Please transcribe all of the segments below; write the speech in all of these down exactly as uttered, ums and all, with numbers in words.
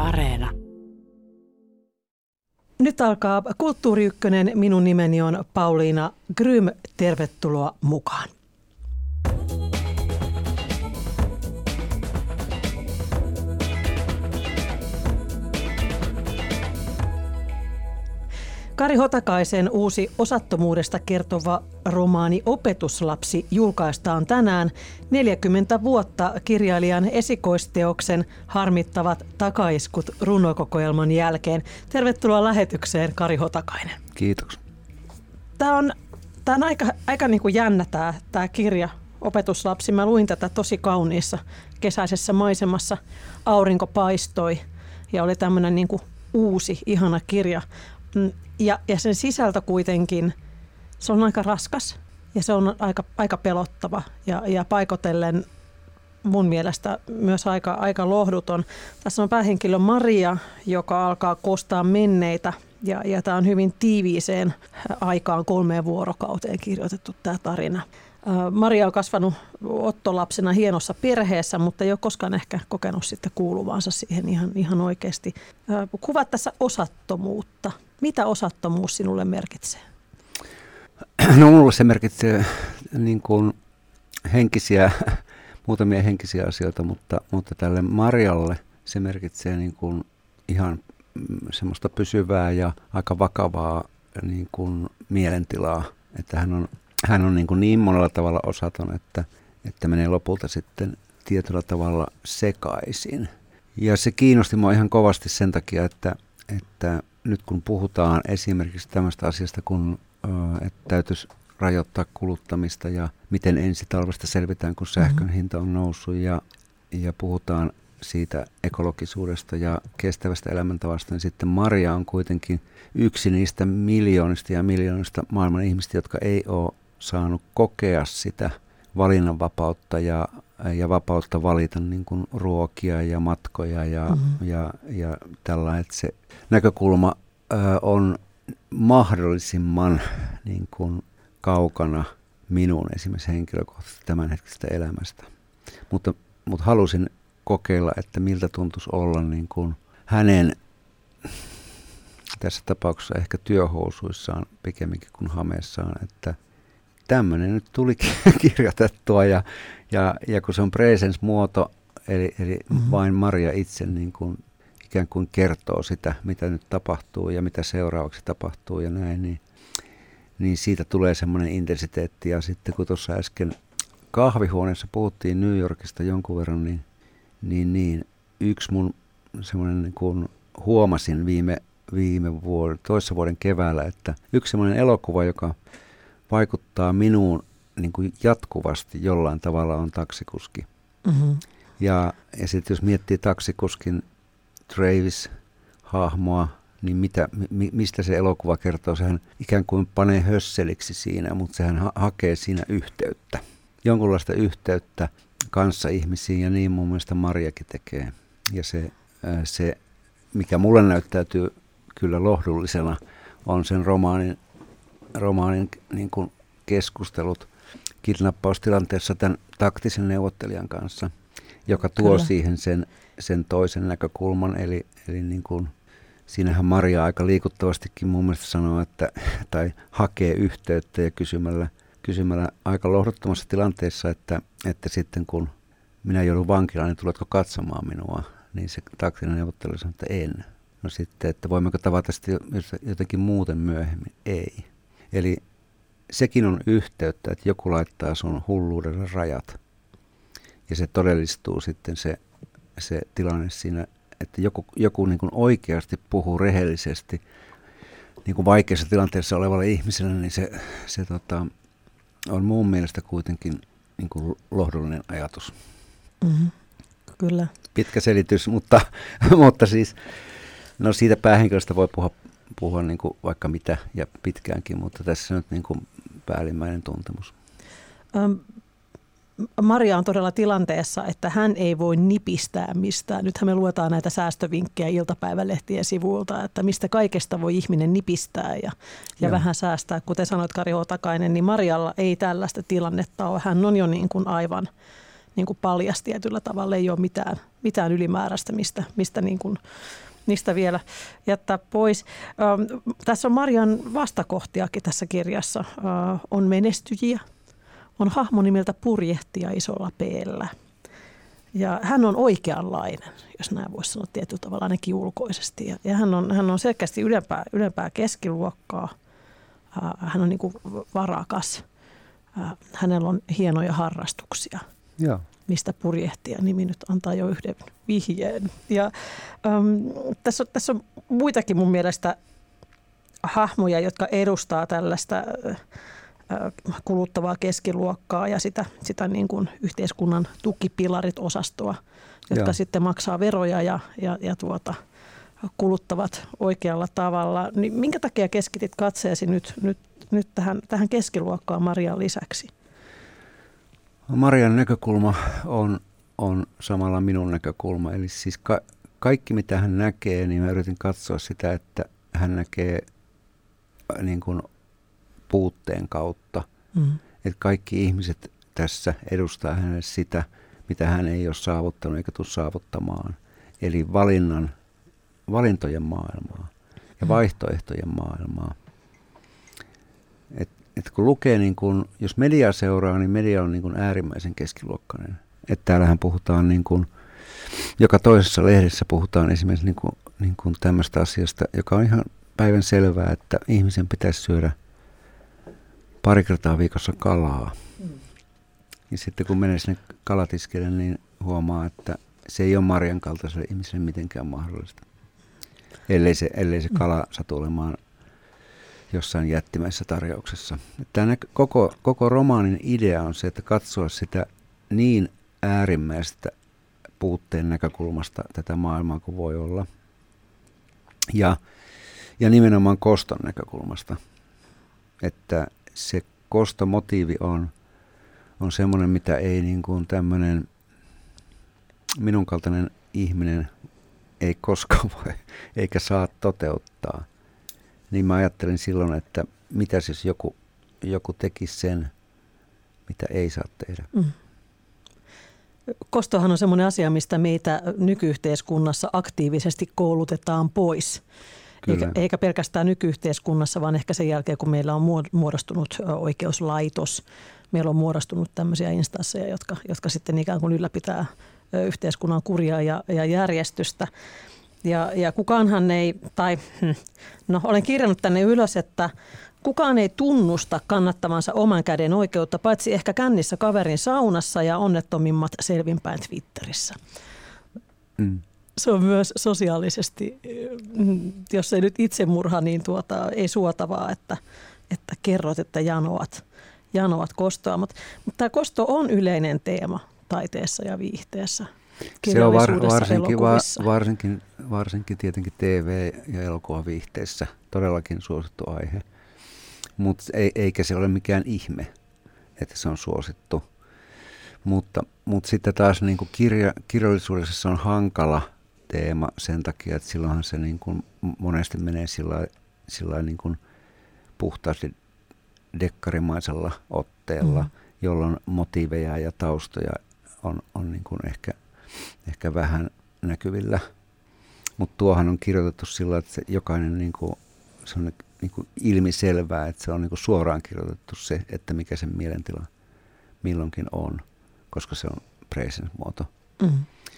Areena. Nyt alkaa Kulttuuri Ykkönen. Minun nimeni on Pauliina Grym. Tervetuloa mukaan. Kari Hotakaisen uusi osattomuudesta kertova romaani Opetuslapsi julkaistaan tänään. neljäkymmentä vuotta kirjailijan esikoisteoksen harmittavat takaiskut runokokoelman jälkeen. Tervetuloa lähetykseen, Kari Hotakainen. Kiitos. Tämä on, tämä on aika, aika niin kuin jännä tämä, tämä kirja Opetuslapsi. Mä luin tätä tosi kauniissa kesäisessä maisemassa. Aurinko paistoi ja oli tämmöinen niin kuin uusi, ihana kirja. Ja, ja sen sisältö kuitenkin, se on aika raskas ja se on aika, aika pelottava ja, ja paikotellen mun mielestä myös aika, aika lohduton. Tässä on päähenkilö Maria, joka alkaa kostaa menneitä ja, ja tämä on hyvin tiiviiseen aikaan kolmeen vuorokauteen kirjoitettu tämä tarina. Maria on kasvanut ottolapsena hienossa perheessä, mutta ei ole koskaan ehkä kokenut sitten kuuluvansa siihen ihan, ihan oikeasti. Kuvat tässä osattomuutta. Mitä osattomuus sinulle merkitsee? No minulle se merkitsee niin kuin henkisiä, muutamia henkisiä asioita, mutta, mutta tälle Marialle se merkitsee niin kuin ihan semmoista pysyvää ja aika vakavaa niin kuin mielentilaa, että hän on Hän on niin, kuin niin monella tavalla osaton, että, että menee lopulta sitten tietyllä tavalla sekaisin. Ja se kiinnosti minua ihan kovasti sen takia, että, että nyt kun puhutaan esimerkiksi tämmöistä asiasta, kun että täytyisi rajoittaa kuluttamista ja miten ensi talvesta selvitään, kun sähkön hinta on noussut ja, ja puhutaan siitä ekologisuudesta ja kestävästä elämäntavasta, niin sitten Maria on kuitenkin yksi niistä miljoonista ja miljoonista maailman ihmistä, jotka ei ole saanut kokea sitä valinnanvapautta ja, ja vapautta valita niin kuin ruokia ja matkoja ja, mm-hmm. ja, ja tällainen, että se näkökulma ö, on mahdollisimman niin kuin kaukana minun esimerkiksi henkilökohtaisesti tämänhetkisestä elämästä. Mutta, mutta halusin kokeilla, että miltä tuntuisi olla niin kuin hänen tässä tapauksessa ehkä työhousuissaan pikemminkin kuin hameessaan, että tämmöinen nyt tuli kirjoitettua ja, ja, ja kun se on presence-muoto, eli, eli mm-hmm. vain Maria itse niin kuin ikään kuin kertoo sitä, mitä nyt tapahtuu ja mitä seuraavaksi tapahtuu ja näin, niin, niin siitä tulee semmoinen intensiteetti. Ja sitten kun tuossa äsken kahvihuoneessa puhuttiin New Yorkista jonkun verran, niin, niin, niin yksi mun semmoinen niin kuin huomasin viime, viime vuoden, toissa vuoden keväällä, että yksi semmoinen elokuva, joka vaikuttaa minuun niin kuin jatkuvasti jollain tavalla on Taksikuski. Mm-hmm. Ja, ja sitten jos miettii Taksikuskin Travis-hahmoa, niin mitä, mi, mistä se elokuva kertoo? Sehän ikään kuin panee hösseliksi siinä, mutta sehän ha- hakee siinä yhteyttä. Jonkunlaista yhteyttä kanssaihmisiin ja niin mun mielestä Mariakin tekee. Ja se, se mikä mulle näyttäytyy kyllä lohdullisena, on sen romaanin romaanin niin kuin keskustelut kidnappaustilanteessa tämän taktisen neuvottelijan kanssa, joka tuo Kyllä. siihen sen, sen toisen näkökulman. Eli, eli niin kuin, siinähän Maria aika liikuttavastikin mun mielestä sanoo, että, tai hakee yhteyttä ja kysymällä, kysymällä aika lohduttomassa tilanteessa, että, että sitten kun minä joudun vankilaan, niin tuletko katsomaan minua? Niin se taktinen neuvottelija sanoo, että en. No sitten, että voimmeko tavata sitten jotenkin muuten myöhemmin? Ei. Eli sekin on yhteyttä, että joku laittaa sun hulluudelle rajat. Ja se todellistuu sitten se, se tilanne siinä, että joku, joku niin kuin oikeasti puhuu rehellisesti niin kuin vaikeassa tilanteessa olevalle ihmiselle, niin se, se tota, on mun mielestä kuitenkin niin kuin lohdullinen ajatus. Mm-hmm. Kyllä. Pitkä selitys, mutta, mutta siis no siitä päähenkilöstä voi puhua puhua niin kuin vaikka mitä ja pitkäänkin, mutta tässä on nyt niin kuin päällimmäinen tuntemus. Ähm, Maria on todella tilanteessa, että hän ei voi nipistää mistään. Nythän me luetaan näitä säästövinkkejä iltapäivälehtien sivuilta, että mistä kaikesta voi ihminen nipistää ja, ja vähän säästää. Kuten sanoit, Kari Hotakainen, niin Marialla ei tällaista tilannetta ole. Hän on jo niin kuin aivan niin kuin paljasti tietyllä tavalla. Ei ole mitään, mitään ylimääräistä, mistä, mistä niin kuin, niistä vielä jättää pois. Ähm, tässä on Marian vastakohtiakin tässä kirjassa. Äh, on menestyjiä, on hahmo nimeltä Purjehtija isolla P:llä. Ja hän on oikeanlainen, jos näin voisi sanoa tietyllä tavalla ainakin ulkoisesti. Ja, ja hän, on, hän on selkeästi ylempää, ylempää keskiluokkaa. Äh, hän on niin kuin varakas. Äh, hänellä on hienoja harrastuksia. Joo. Mistä Purjehtija-nimi nyt antaa jo yhden vihjeen. Ja, äm, tässä, on, tässä on muitakin mun mielestä hahmoja, jotka edustaa tällaista äh, kuluttavaa keskiluokkaa ja sitä, sitä niin kuin yhteiskunnan tukipilarit-osastoa, jotka Joo. sitten maksaa veroja ja, ja, ja tuota, kuluttavat oikealla tavalla. Niin minkä takia keskitit katseesi nyt, nyt, nyt tähän, tähän keskiluokkaan Marian lisäksi? Marian näkökulma on, on samalla minun näkökulma. Eli siis ka- kaikki mitä hän näkee, niin mä yritin katsoa sitä, että hän näkee niin kuin puutteen kautta. Mm. Että kaikki ihmiset tässä edustaa hänelle sitä, mitä hän ei ole saavuttanut eikä tule saavuttamaan. Eli valinnan, valintojen maailmaa ja vaihtoehtojen maailmaa. Et, et kun lukee, niin kun, jos mediaa seuraa, niin media on niin kun äärimmäisen keskiluokkainen. Että täällähän puhutaan, niin kun, joka toisessa lehdessä puhutaan esimerkiksi niin kun, niin kun tämmöistä asiasta, joka on ihan päivän selvää, että ihmisen pitäisi syödä pari kertaa viikossa kalaa. Mm. Ja sitten kun menee sinne kalatiskille, niin huomaa, että se ei ole Marian kaltaiselle ihmiselle mitenkään mahdollista. Ellei se, ellei se kala satu olemaan jossain jättimäisessä tarjouksessa. Tämä koko, koko romaanin idea on se, että katsoa sitä niin äärimmäistä puutteen näkökulmasta tätä maailmaa kuin voi olla. Ja, ja nimenomaan koston näkökulmasta. Että se kostomotiivi on, on semmoinen, mitä ei niin kuin tämmöinen minun kaltainen ihminen ei koskaan voi eikä saa toteuttaa. Niin mä ajattelin silloin, että mitä siis joku, joku tekisi sen, mitä ei saa tehdä. Mm. Kostohan on semmoinen asia, mistä meitä nykyyhteiskunnassa aktiivisesti koulutetaan pois. Eikä, eikä pelkästään nykyyhteiskunnassa, vaan ehkä sen jälkeen, kun meillä on muodostunut oikeuslaitos, meillä on muodostunut tämmöisiä instansseja, jotka, jotka sitten ikään kuin ylläpitää yhteiskunnan kuria ja, ja järjestystä. Ja, ja kukaanhan ei, tai no olen kirjannut tänne ylös, että kukaan ei tunnusta kannattavansa oman käden oikeutta, paitsi ehkä kännissä kaverin saunassa ja onnettomimmat selvinpäin Twitterissä. Mm. Se on myös sosiaalisesti, jos ei nyt itsemurha, niin tuota, ei suotavaa, että, että kerrot, että janoat, janoat kostoa. Mutta, mutta tämä kosto on yleinen teema taiteessa ja viihteessä, se on var, varsinkin, va, varsinkin, varsinkin tietenkin T V- ja elokuvaviihteessä todellakin suosittu aihe. Mutta ei, eikä se ole mikään ihme, että se on suosittu. Mutta, mutta sitten taas niin kuin kirja, kirjallisuudessa se on hankala teema sen takia, että silloinhan se niin kuin monesti menee sillä, sillä niin kuin puhtaasti dekkarimaisella otteella, mm. jolloin motiiveja ja taustoja on, on niin kuin ehkä, ehkä vähän näkyvillä. Mutta tuohan on kirjoitettu sillä, että se jokainen niin kuin, se on niin kuin ilmiselvää, että se on niin kuin suoraan kirjoitettu se, että mikä sen mielentila milloinkin on, koska se on presence-muoto. Mm.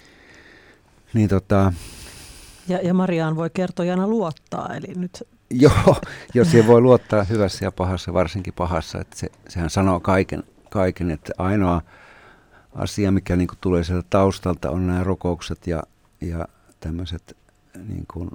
Niin tota, ja, ja Mariaan voi kertojana luottaa, eli nyt... Joo, jos siihen voi luottaa hyvässä ja pahassa, varsinkin pahassa, että se, sehän sanoo kaiken, kaiken, että ainoa asia, mikä niin kuin tulee sieltä taustalta, on nämä rukoukset ja, ja tämmöiset, niin kuin,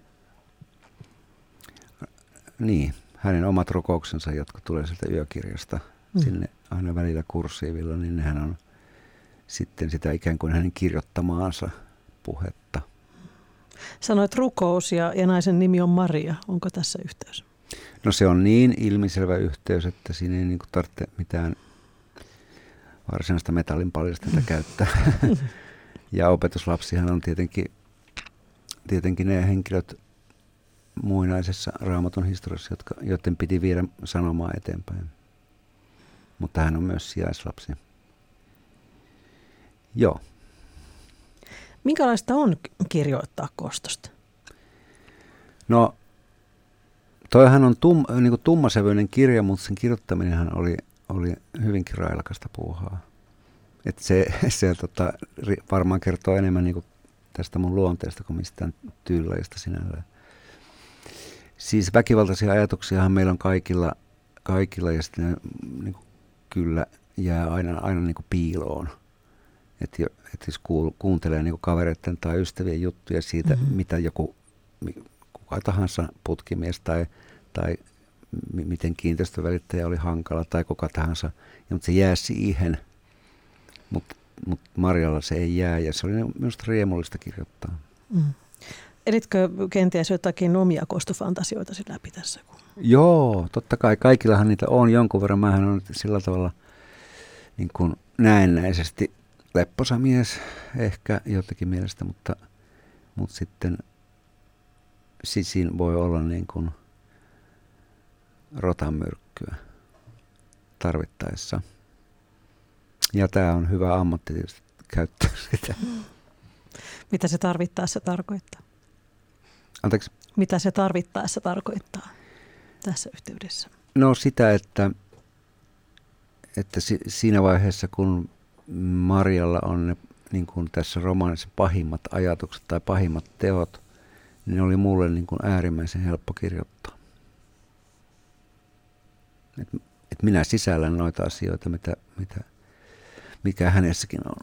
niin, hänen omat rukouksensa, jotka tulee sieltä yökirjasta mm. sinne aina välillä kursiivilla, niin nehän on sitten sitä ikään kuin hänen kirjoittamaansa puhetta. Sanoit rukous ja, ja naisen nimi on Maria. Onko tässä yhteys? No se on niin ilmiselvä yhteys, että siinä ei niin kuin tarvitse mitään varsinaista metallin paljastinta käyttää. Ja opetuslapsihan on tietenkin, tietenkin ne henkilöt muinaisessa Raamatun historiassa, jotka, joiden piti viedä sanomaa eteenpäin. Mutta hän on myös sijaislapsi. Joo. Minkälaista on kirjoittaa kostosta? No, toihan on tum, niin kuin tummasävyinen kirja, mutta sen kirjoittaminenhan oli, oli hyvinkin railakasta puuhaa. Et se se tota, varmaan kertoo enemmän niin kuin tästä mun luonteesta kuin mistään tyylilajista sinällään. Siis väkivaltaisia ajatuksiahan meillä on kaikilla, kaikilla ja sitten ne niin kuin, kyllä jää aina, aina niin kuin piiloon. Että et jos kuul, kuuntelee niin kuin kavereiden tai ystävien juttuja siitä, mm-hmm. mitä joku, kuka tahansa putkimies tai, tai m- miten kiinteistövälittäjä oli hankala tai kuka tahansa, ja, mutta se jää siihen. Mutta mut Marjalla se ei jää ja se oli minusta riemullista kirjoittaa. Mm. Elitkö kenties jotakin omia kostofantasioitasi läpi tässä? Joo, totta kai. Kaikillahan niitä on jonkun verran. Mähän on sillä tavalla niin kuin näennäisesti lepposa mies ehkä jotenkin mielestä, mutta, mutta sitten sisin voi olla niin kuin rotanmyrkkyä tarvittaessa. Ja tämä on hyvä ammatti tietysti käyttää sitä. Mitä se tarvittaessa tarkoittaa? Anteeksi? Mitä se tarvittaessa tarkoittaa tässä yhteydessä? No sitä, että, että si, siinä vaiheessa, kun Marjalla on ne, niin kuin tässä romaanissa pahimmat ajatukset tai pahimmat teot, niin ne oli mulle niin kuin äärimmäisen helppo kirjoittaa. Et, et minä sisällän noita asioita, mitä, mitä, mikä hänessäkin on.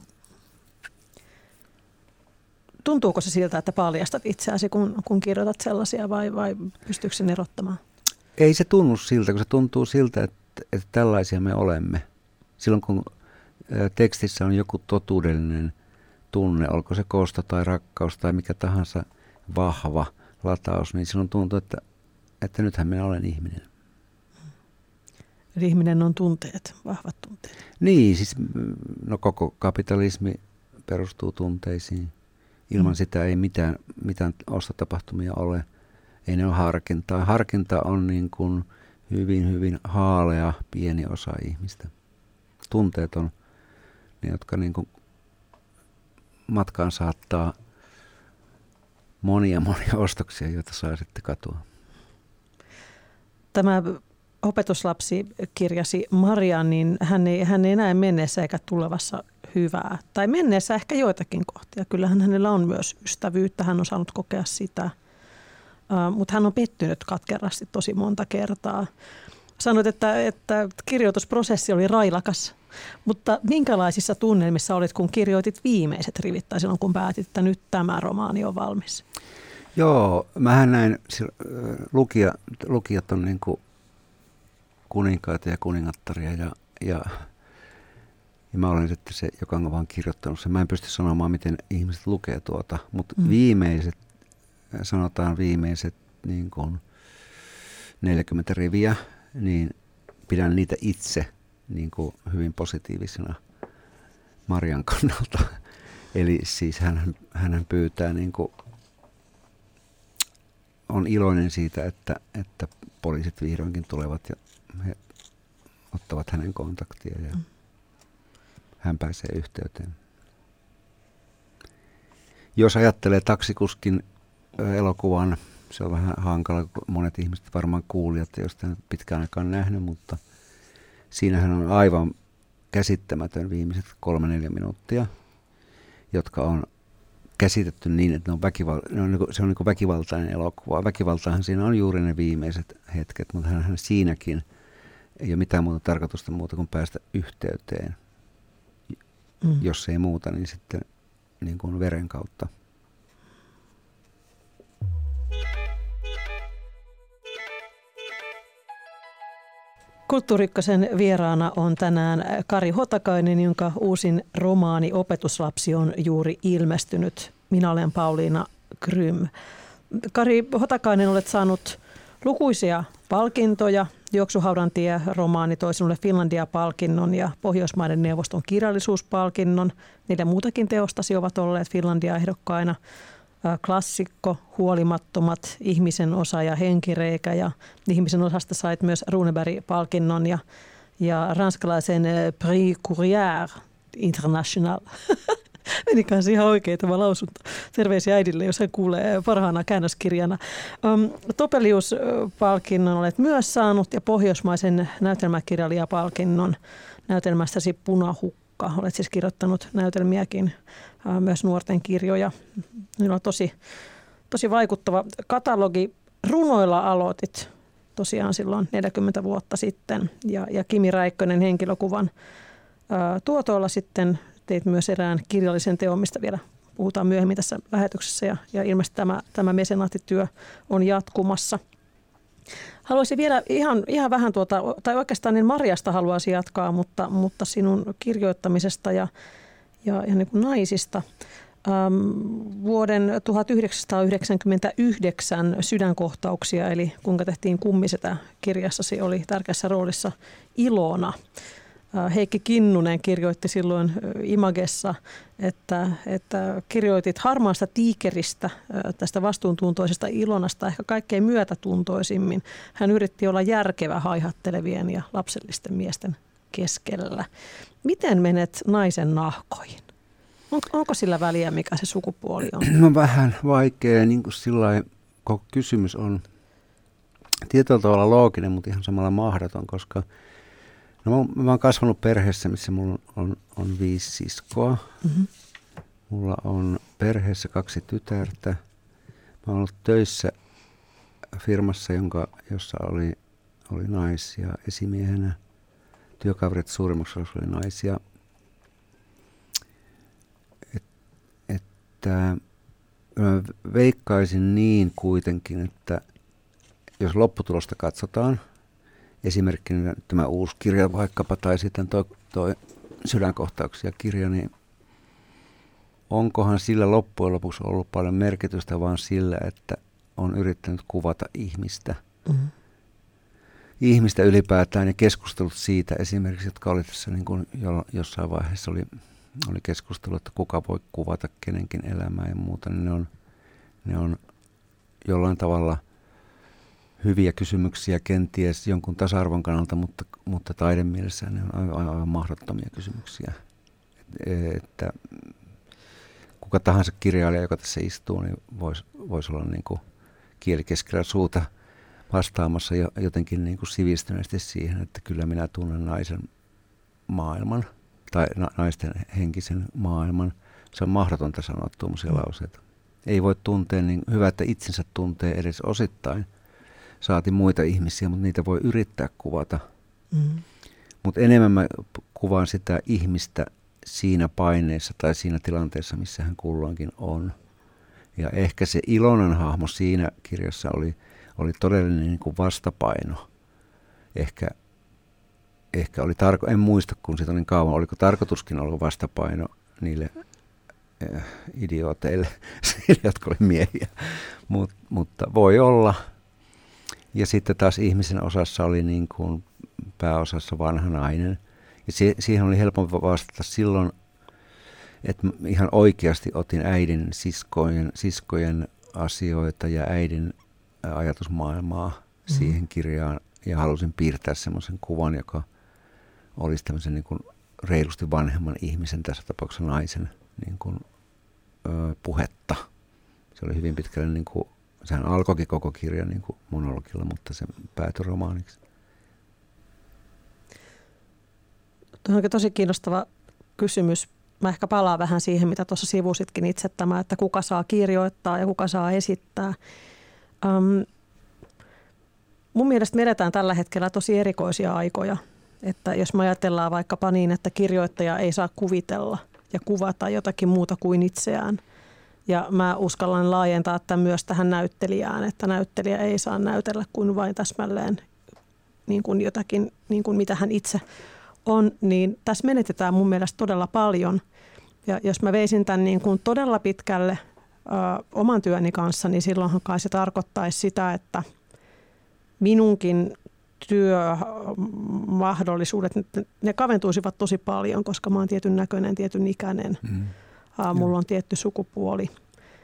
Tuntuuko se siltä, että paljastat itseäsi, kun, kun kirjoitat sellaisia, vai, vai pystyykö sen erottamaan? Ei se tunnu siltä, kun se tuntuu siltä, että, että tällaisia me olemme. Silloin kun tekstissä on joku totuudellinen tunne, olko se kosto tai rakkaus tai mikä tahansa vahva lataus, niin silloin tuntuu, että, että nythän minä olen ihminen. Eli ihminen on tunteet, vahvat tunteet. Niin, siis no koko kapitalismi perustuu tunteisiin. Ilman mm. sitä ei mitään, mitään ostotapahtumia ole. Ei ne ole harkintaa. Harkinta on niin kuin hyvin, hyvin haalea pieni osa ihmistä. Tunteet on ne, jotka niin kuin matkaan saattaa monia, monia ostoksia, joita saa sitten katua. Tämä opetuslapsikirjasi Maria, niin hän ei, hän ei näe menneessä eikä tulevassa hyvää. Tai menneessä ehkä joitakin kohtia. Kyllähän hänellä on myös ystävyyttä, hän on saanut kokea sitä. Uh, mutta hän on pettynyt katkerasti tosi monta kertaa. Sanoit, että, että kirjoitusprosessi oli railakas, mutta minkälaisissa tunnelmissa olit, kun kirjoitit viimeiset rivit tai silloin, kun päätit, että nyt tämä romaani on valmis? Joo, mähän näin, lukija, lukijat on niin kuin kuninkaita ja kuningattaria ja, ja, ja mä olen sitten se, joka on vaan kirjoittanut sen. Mä en pysty sanomaan, miten ihmiset lukee tuota, mutta mm. viimeiset, sanotaan viimeiset niin kuin neljäkymmentä riviä, niin pidän niitä itse niin kuin hyvin positiivisena Marian kannalta. Eli siis hän, hän pyytää, niin kuin, on iloinen siitä, että, että poliisit vihdoinkin tulevat ja he ottavat hänen kontaktia ja mm. hän pääsee yhteyteen. Jos ajattelee taksikuskin elokuvan, se on vähän hankala, monet ihmiset varmaan kuulijat, joista en pitkään aikaan nähnyt, mutta siinähän on aivan käsittämätön viimeiset kolme neljä minuuttia, jotka on käsitetty niin, että ne on väkival- ne on, se on niin kuin väkivaltainen elokuva. Väkivaltaahan siinä on juuri ne viimeiset hetket, mutta hän siinäkin ei ole mitään muuta tarkoitusta muuta kuin päästä yhteyteen. Mm. Jos ei muuta, niin sitten niin kuin veren kautta. Kulttuuri Ykkösen vieraana on tänään Kari Hotakainen, jonka uusin romaani Opetuslapsi on juuri ilmestynyt. Minä olen Pauliina Grym. Kari Hotakainen, olet saanut lukuisia palkintoja. Juoksuhaudan tie-romaani toi sinulle Finlandia-palkinnon ja Pohjoismaiden neuvoston kirjallisuuspalkinnon. Niitä muutakin teostasi ovat olleet Finlandia-ehdokkaina. Klassikko, Huolimattomat, Ihmisen osa ja Henkireikä, ja Ihmisen osasta sait myös Runeberg-palkinnon ja, ja ranskalaisen Prix Courrière International. Meni kanssa ihan oikein tämä lausunto. Terveisiä äidille, jos hän kuulee parhaana käännöskirjana. Um, Topelius-palkinnon olet myös saanut ja pohjoismaisen näytelmäkirjailijapalkinnon näytelmästäsi Punahukka. Olet siis kirjoittanut näytelmiäkin, uh, myös nuorten kirjoja. Niillä on tosi, tosi vaikuttava katalogi. Runoilla aloitit tosiaan silloin neljäkymmentä vuotta sitten ja, ja Kimi Räikkönen henkilökuvan uh, tuotoilla sitten teit myös erään kirjallisen teon, mistä vielä puhutaan myöhemmin tässä lähetyksessä ja, ja ilmeisesti tämä, tämä mesenaattityö on jatkumassa. Haluaisin vielä ihan, ihan vähän tuota, tai oikeastaan niin Marjasta haluaisin jatkaa, mutta, mutta sinun kirjoittamisesta ja, ja, ja niin kuin naisista. Ähm, vuoden tuhatyhdeksänsataayhdeksänkymmentäyhdeksän Sydänkohtauksia, eli kuinka tehtiin kummisetä kirjassasi, oli tärkeässä roolissa Ilona. Heikki Kinnunen kirjoitti silloin Imagessa, että, että kirjoitit harmaasta tiikeristä, tästä vastuuntuntoisesta Ilonasta ehkä kaikkein myötätuntoisimmin. Hän yritti olla järkevä haihattelevien ja lapsellisten miesten keskellä. Miten menet naisen nahkoihin? On, onko sillä väliä, mikä se sukupuoli on? No vähän vaikea, niin kuin sillain koko kysymys on tietyllä tavalla looginen, mutta ihan samalla mahdoton, koska no, mä oon kasvanut perheessä, missä mulla on, on viisi siskoa. Mm-hmm. Mulla on perheessä kaksi tytärtä. Mä oon ollut töissä firmassa, jonka, jossa oli, oli naisia esimiehenä. Työkaverit suurimmaksi oli naisia. Et, että mä veikkaisin niin kuitenkin, että jos lopputulosta katsotaan, esimerkkinä tämä uusi kirja vaikkapa, tai sitten tuo, tuo Sydänkohtauksia kirja, niin onkohan sillä loppujen lopuksi ollut paljon merkitystä vaan sillä, että on yrittänyt kuvata ihmistä. Mm-hmm. Ihmistä ylipäätään ja keskustellut siitä esimerkiksi, jotka oli tässä niin kuin jo, jossain vaiheessa oli, oli keskustelu, että kuka voi kuvata kenenkin elämää ja muuta, niin ne on, ne on jollain tavalla hyviä kysymyksiä kenties jonkun tasa-arvon kannalta, mutta, mutta taidemielessä ne on aivan, aivan mahdottomia kysymyksiä. Et, että kuka tahansa kirjailija, joka tässä istuu, niin voisi vois olla niin kuin kieli keskellä suuta vastaamassa jotenkin niin kuin sivistyneesti siihen, että kyllä minä tunnen naisen maailman tai na- naisten henkisen maailman. Se on mahdotonta sanoa tuommoisia mm. lauseita. Ei voi tuntea niin hyvä, että itsensä tuntee edes osittain. Saati muita ihmisiä, mutta niitä voi yrittää kuvata. Mm. Mutta enemmän mä kuvaan sitä ihmistä siinä paineessa tai siinä tilanteessa, missä hän kulloinkin on. Ja ehkä se Ilonan hahmo siinä kirjassa oli, oli todellinen niin kuin vastapaino. Ehkä, ehkä oli tarko, en muista kun siitä on niin kauan, oliko tarkoituskin ollut vastapaino niille äh, idiooteille, jotka oli miehiä. Mut, mutta voi olla. Ja sitten taas ihmisen osassa oli niin kuin pääosassa vanha nainen. Ja se, siihen oli helpompi vastata silloin, että ihan oikeasti otin äidin siskojen, siskojen asioita ja äidin ajatusmaailmaa mm-hmm. siihen kirjaan. Ja halusin piirtää semmoisen kuvan, joka olisi tämmöisen niin kuin reilusti vanhemman ihmisen, tässä tapauksessa naisen niin kuin, ö, puhetta. Se oli hyvin pitkälle niin kuin, sehän alkoikin koko kirja niin kuin monologilla, mutta se päätyi romaaniksi. Tuo onkin tosi kiinnostava kysymys. Mä ehkä palaan vähän siihen, mitä tuossa sivusitkin itse tämä, että kuka saa kirjoittaa ja kuka saa esittää. Um, mun mielestä me edetään tällä hetkellä tosi erikoisia aikoja. Että jos me ajatellaan vaikkapa niin, että kirjoittaja ei saa kuvitella ja kuvata jotakin muuta kuin itseään. Ja mä uskallan laajentaa tämän myös tähän näyttelijään, että näyttelijä ei saa näytellä kuin vain täsmälleen niin kuin jotakin, niin kuin mitä hän itse on. Niin tässä menetetään mun mielestä todella paljon. Ja jos mä veisin tämän niin kuin todella pitkälle ö, oman työni kanssa, niin silloinhan kai se tarkoittaisi sitä, että minunkin työmahdollisuudet, ne kaventuisivat tosi paljon, koska mä oon tietyn näköinen, tietyn ikäinen. Mm. Mulla on tietty sukupuoli.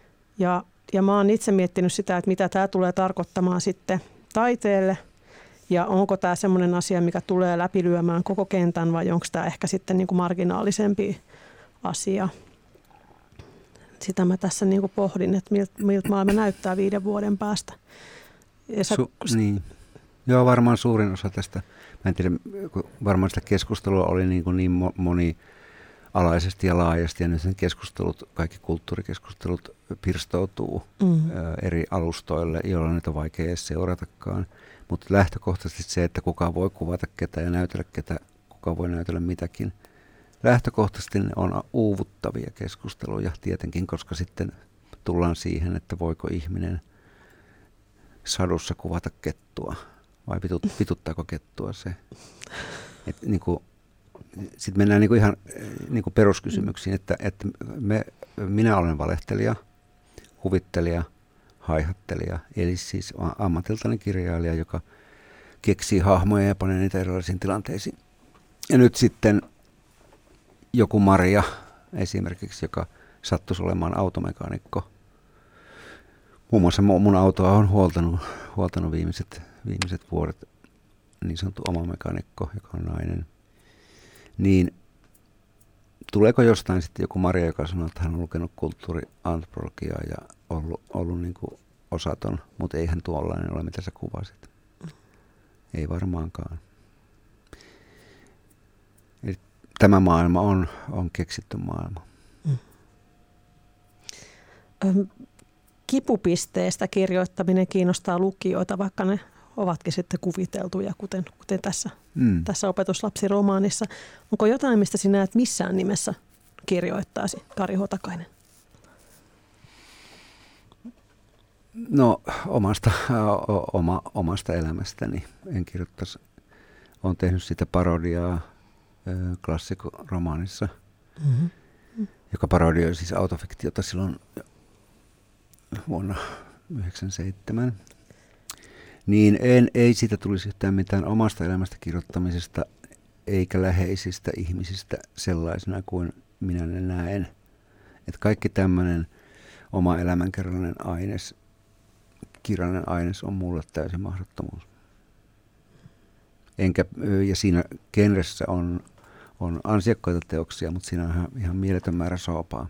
Ja, ja mä oon itse miettinyt sitä, että mitä tämä tulee tarkoittamaan sitten taiteelle Ja onko tämä semmoinen asia, mikä tulee läpilyömään koko kentän vai onko tämä ehkä sitten niin kuin marginaalisempi asia? Sitä mä tässä niin kuin pohdin, että miltä, miltä maailma näyttää viiden vuoden päästä. Sä... Su- niin. Joo, varmaan suurin osa tästä, mä en tiedä, varmaan sitä keskustelua oli niin, kuin niin monialaisesti ja laajasti, ja nyt sen keskustelut, kaikki kulttuurikeskustelut pirstoutuu mm. eri alustoille, joilla niitä on vaikea edes seuratakaan. Mutta lähtökohtaisesti se, että kuka voi kuvata ketä ja näytellä ketä, kuka voi näytellä mitäkin. Lähtökohtaisesti ne on uuvuttavia keskusteluja tietenkin, koska sitten tullaan siihen, että voiko ihminen sadussa kuvata kettua vai pitut, pituttaako kettua se. Niin sitten mennään niin kuin ihan niin kuin peruskysymyksiin, että, että me, minä olen valehtelija, huvittelija, haihattelija, eli siis ammatiltainen kirjailija, joka keksii hahmoja ja panee niitä erilaisiin tilanteisiin. Ja nyt sitten joku Maria esimerkiksi, joka sattuisi olemaan automekaanikko. Muun muassa mun autoa on huoltanut, huoltanut viimeiset, viimeiset vuodet niin sanottu oma mekaanikko, joka on nainen. Niin tuleeko jostain sitten joku Maria, joka sanoo, että hän on lukenut kulttuuriantropologiaa ja ollut, ollut niin kuin osaton, mutta eihän tuollainen ole, mitä sä kuvasit. Ei varmaankaan. Eli tämä maailma on, on keksitty maailma. Mm. Kipupisteestä kirjoittaminen kiinnostaa lukijoita, vaikka ne ovatkin sitten kuviteltuja, kuten, kuten tässä, mm. tässä opetuslapsiromaanissa. Onko jotain, mistä sinä et missään nimessä kirjoittaisi, Kari Hotakainen? No omasta, o, oma, omasta elämästäni en kirjoittaisi. Olen tehnyt sitä parodiaa ö, klassikoromaanissa, mm-hmm. joka parodioi siis autofiktiota silloin vuonna yhdeksänkymmentäseitsemän. Niin en, ei siitä tulisi yhtään mitään omasta elämästä kirjoittamisesta eikä läheisistä ihmisistä sellaisena kuin minä ne näen. Että kaikki tämmöinen oma elämänkerrallinen aines, kirjallinen aines on mulle täysin mahdottomuus. Enkä, ja siinä genressä on, on ansiokkaita teoksia, mutta siinä on ihan, ihan mieletön määrä soopaa.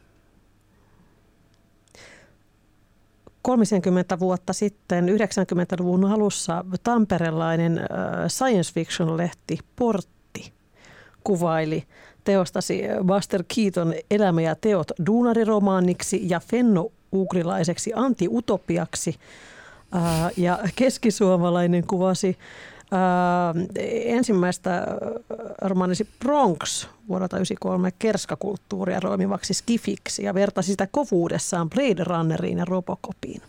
kolmekymmentä vuotta sitten, yhdeksänkymmentäluvun alussa, tamperelainen äh, science fiction-lehti Portti kuvaili teostasi Buster Keaton elämä ja teot duunariromaaniksi ja fenno-ugrilaiseksi anti-utopiaksi. Äh, ja keskisuomalainen kuvasi äh, ensimmäistä romaanisi Bronx vuodelta yhdeksänkymmentäkolme kerskakulttuuria roimivaksi skifiksi ja vertasi sitä kovuudessaan Blade Runneriin ja Robocopiin.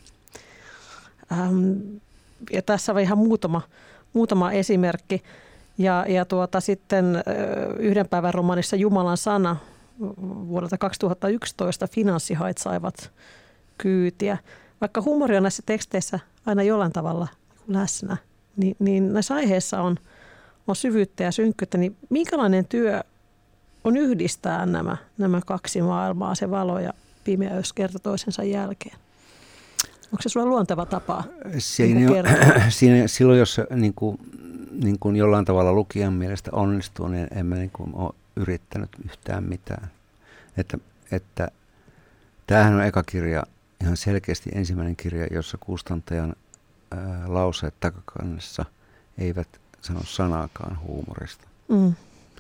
Ähm, ja tässä on ihan muutama, muutama esimerkki. Ja, ja tuota, sitten yhden päivän romaanissa Jumalan sana vuodelta kaksituhattayksitoista finanssihait saivat kyytiä. Vaikka huumoria on näissä teksteissä aina jollain tavalla läsnä, niin, niin näissä aiheissa on, on syvyyttä ja synkkyyttä. Niin minkälainen työ on yhdistää nämä, nämä kaksi maailmaa, se valo ja pimeys kerta toisensa jälkeen? Onko se sulla luonteva tapa siinä, niin siinä, silloin, jos niin kuin, niin kuin jollain tavalla lukijan mielestä onnistuu, niin en mä niin kuin ole yrittänyt yhtään mitään. Että, että, tämähän on eka kirja, ihan selkeästi ensimmäinen kirja, jossa kustantajan ää, lauseet takakannessa eivät sano sanaakaan huumorista. Mm.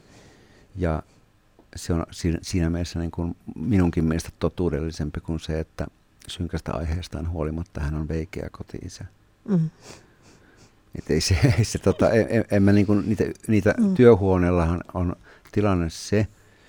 Ja se on siinä, siinä mielessä niin kuin minunkin mielestä totuudellisempi kuin se, että synkästä aiheestaan huolimatta hän on veikeä koti-isä. Mm. Et ei se, ei se, tota, en, en mä niin kuin niitä, niitä mm. työhuoneellahan on tilanne se,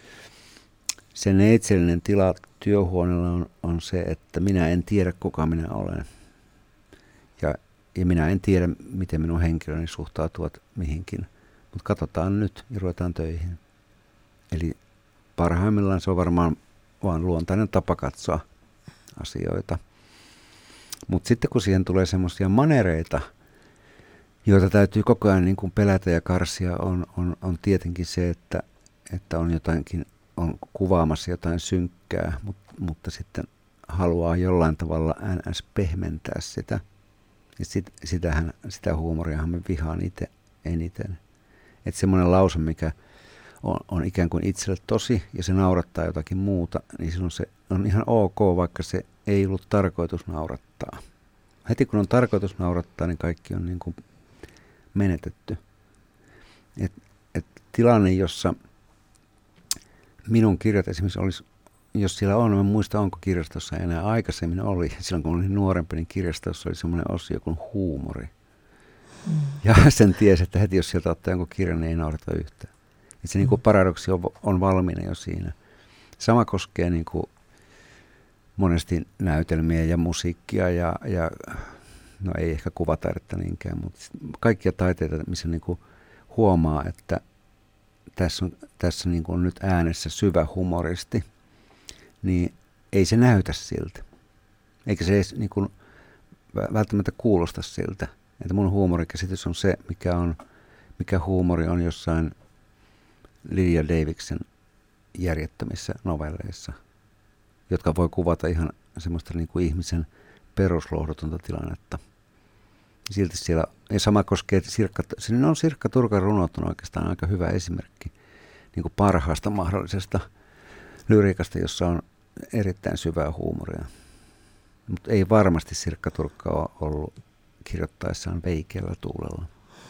se neitsellinen tila työhuoneella on, on se, että minä en tiedä, kuka minä olen. Ja, ja minä en tiedä, miten minun henkilöni suhtautuvat mihinkin. Mutta katsotaan nyt ja ruvetaan töihin. Eli parhaimmillaan se on varmaan vaan luontainen tapa katsoa asioita. Mutta sitten kun siihen tulee semmoisia manereita, joita täytyy koko ajan niin kuin pelätä ja karsia, on, on, on tietenkin se, että, että on jotainkin, on kuvaamassa jotain synkkää, mutta, mutta sitten haluaa jollain tavalla ns. Pehmentää sitä. Ja sit, sitähän, sitä huumoriahan mä vihaan itse eniten. Että semmoinen lause, mikä on, on ikään kuin itselle tosi ja se naurattaa jotakin muuta, niin silloin se on ihan ok, vaikka se ei ollut tarkoitus naurattaa. Heti kun on tarkoitus naurattaa, niin kaikki on niin kuin menetetty. Et, et tilanne, jossa minun kirjat esimerkiksi olisi, jos siellä on, mä muistan, onko kirjastossa enää, aikaisemmin oli, silloin kun olin nuorempi, niin kirjastossa oli semmoinen osio kuin huumori. Mm. Ja sen tiesi, että heti jos sieltä ottaa jonkun kirjan, niin ei naurata yhtään. Et se mm. niin kuin paradoksi on, on valmiina jo siinä. Sama koskee niin kuin monesti näytelmiä ja musiikkia ja, ja no ei ehkä kuvataidetta niinkään, mutta kaikkia taiteita, missä niin kuin huomaa, että tässä on, tässä niin kuin on nyt äänessä syvä humoristi, niin ei se näytä siltä. Eikä se edes niin kuin välttämättä kuulosta siltä. Että mun huumorikäsitys on se, mikä, on, mikä huumori on jossain Lydia Davidson järjettömissä novelleissa, jotka voi kuvata ihan semmoista niin kuin ihmisen peruslohdutonta tilannetta. Silti siellä, ja sama koskee, Sirkka, siinä on Sirkka Turkan runot on oikeastaan aika hyvä esimerkki niin kuin parhaasta mahdollisesta lyriikasta, jossa on erittäin syvää huumoria. Mutta ei varmasti Sirkka Turkka ole ollut kirjoittaessaan veikeällä tuulella.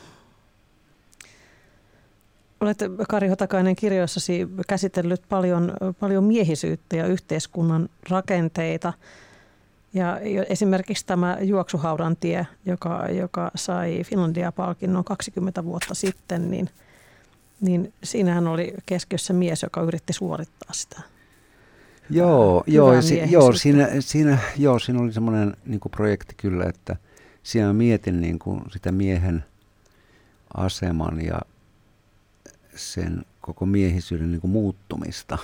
Olet, Kari Hotakainen, kirjoissasi käsitellyt paljon, paljon miehisyyttä ja yhteiskunnan rakenteita. Ja esimerkiksi tämä Juoksuhaudan tie, joka, joka sai Finlandia-palkinnon kaksikymmentä vuotta sitten, niin, niin siinähän oli keskiössä mies, joka yritti suorittaa sitä. Joo, joo, si, joo, siinä, siinä, joo siinä oli semmoinen niin kuin projekti kyllä, että siinä mietin niin kuin sitä miehen aseman ja sen koko miehisyyden niin kuin muuttumista.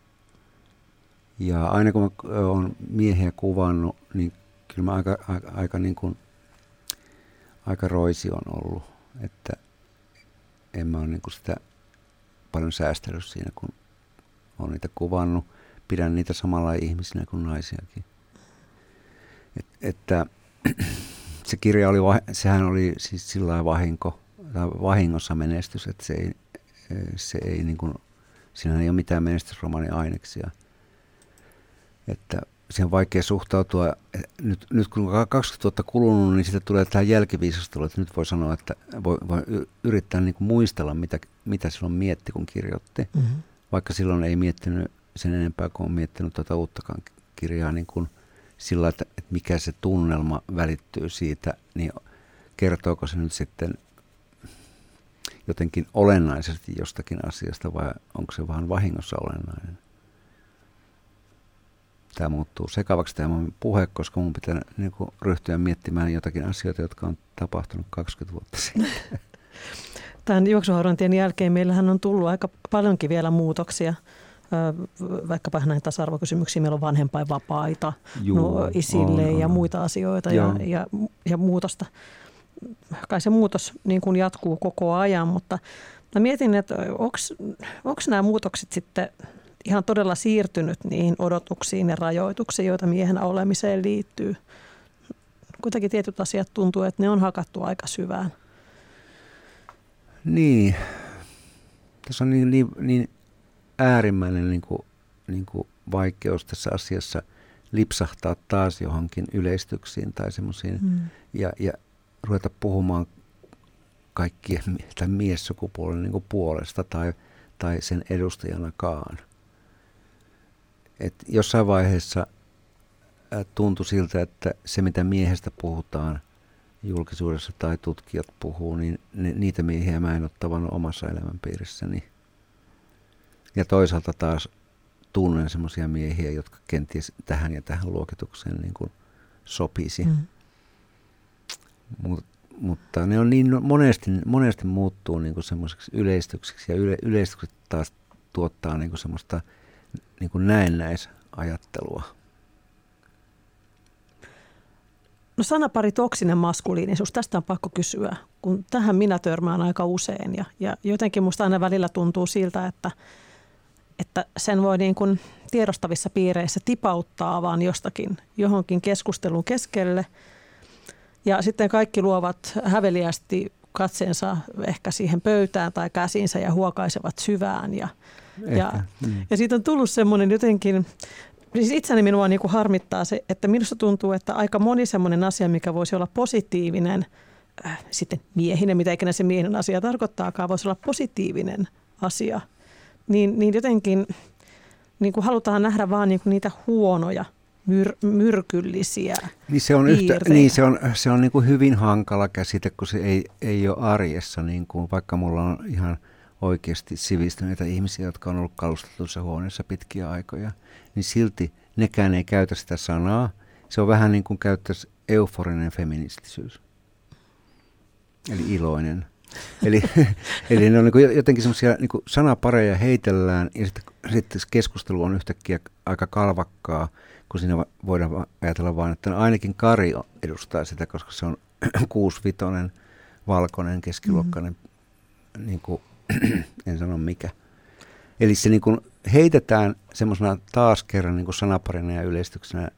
Ja aina kun mä oon miehiä kuvannut, niin kyllä mä aika, aika, aika, niin kuin, aika roisi on ollut. Että en mä ole niin kuin sitä paljon säästellyt siinä, kun oon niitä kuvannut. Pidän niitä samalla ihmisinä kuin naisiakin. Et, että se kirja oli, sehän oli siis sillä lailla vahinko, tai vahingossa menestys, että se ei, se ei niin kuin, siinä ei ole mitään menestysromaanin aineksia. Että siihen on vaikea suhtautua. Nyt, nyt kun kaksikymmentä vuotta kulunut, niin sitten tulee tähän jälkiviisastelu, että nyt voi sanoa, että voi, voi yrittää niin kuin muistella, mitä, mitä silloin mietti, kun kirjoitti. Mm-hmm. Vaikka silloin ei miettinyt sen enempää, kuin on miettinyt tuota uuttakaan kirjaa niin kuin sillä, että, että mikä se tunnelma välittyy siitä, niin kertooko se nyt sitten jotenkin olennaisesti jostakin asiasta vai onko se vaan vahingossa olennainen? Tämä muuttuu sekavaksi tämä puhe, koska mun pitää niin kuin ryhtyä miettimään jotakin asioita, jotka on tapahtunut kaksikymmentä vuotta sitten. Tämän Juoksuhaudantien jälkeen meillähän on tullut aika paljonkin vielä muutoksia. Vaikkapa näin tasa-arvokysymyksiä, meillä on vanhempainvapaita no, isille on, on. ja muita asioita ja, ja, ja muutosta. Kai se muutos niin kuin jatkuu koko ajan, mutta mä mietin, että onko nämä muutokset sitten ihan todella siirtynyt niihin odotuksiin ja rajoituksiin, joita miehenä olemiseen liittyy. Kuitenkin tietyt asiat tuntuu, että ne on hakattu aika syvään. Niin. Tässä on niin, niin, niin äärimmäinen niin kuin, niin kuin vaikeus tässä asiassa lipsahtaa taas johonkin yleistyksiin tai semmoisiin mm. ja, ja ruveta puhumaan kaikkien tai miessukupuolen niin kuin puolesta tai, tai sen edustajanakaan. Et jossain vaiheessa tuntui siltä, että se mitä miehestä puhutaan julkisuudessa tai tutkijat puhuu, niin niitä miehiä mä en ole tavannut omassa elämänpiirissäni. Ja toisaalta taas tunnen semmoisia miehiä, jotka kenties tähän ja tähän luokitukseen niin kuin sopisi. Mm. Mut, mutta ne on niin monesti, monesti muuttuu niin kuin semmoiseksi yleistyksiksi ja yle, yleistykset taas tuottaa niin kuin semmoista niin kuin näennäisajattelua. No sanapari toksinen maskuliinisuus, tästä on pakko kysyä, kun tähän minä törmään aika usein ja, ja jotenkin musta aina välillä tuntuu siltä, että, että sen voi niin kuin tiedostavissa piireissä tipauttaa vaan jostakin johonkin keskustelun keskelle Ja sitten kaikki luovat häveliästi katseensa ehkä siihen pöytään tai käsinsä ja huokaisevat syvään. Ja, ja, mm. ja siitä on tullut semmoinen jotenkin, siis itseni minua niin kuin harmittaa se, että minusta tuntuu, että aika moni semmoinen asia, mikä voisi olla positiivinen, äh, sitten miehinen, mitä ikinä se miehinen asia tarkoittaakaan, voisi olla positiivinen asia, niin, niin jotenkin niin kuin halutaan nähdä vaan niin kuin niitä huonoja, myr, myrkyllisiä niin se on, yhtä, niin se on, se on niin kuin hyvin hankala käsite, kun se ei, ei ole arjessa, niin kuin, vaikka mulla on ihan oikeasti sivistyneitä ihmisiä, jotka on ollut kalustetussa huoneessa pitkiä aikoja, niin silti nekään ei käytä sitä sanaa. Se on vähän niin kuin käyttäisi euforinen feministisyys, eli iloinen. Eli, eli ne on niin jotenkin semmoisia niin sanapareja heitellään ja sitten, sitten keskustelu on yhtäkkiä aika kalvakkaa, kun siinä voidaan ajatella vain, että ainakin Kari edustaa sitä, koska se on kuusivitonen, valkoinen, keskiluokkainen, mm-hmm. niin kuin, en sano mikä. Eli se niin kuin heitetään semmoisena taas kerran niin kuin sanaparina ja yleistyksenä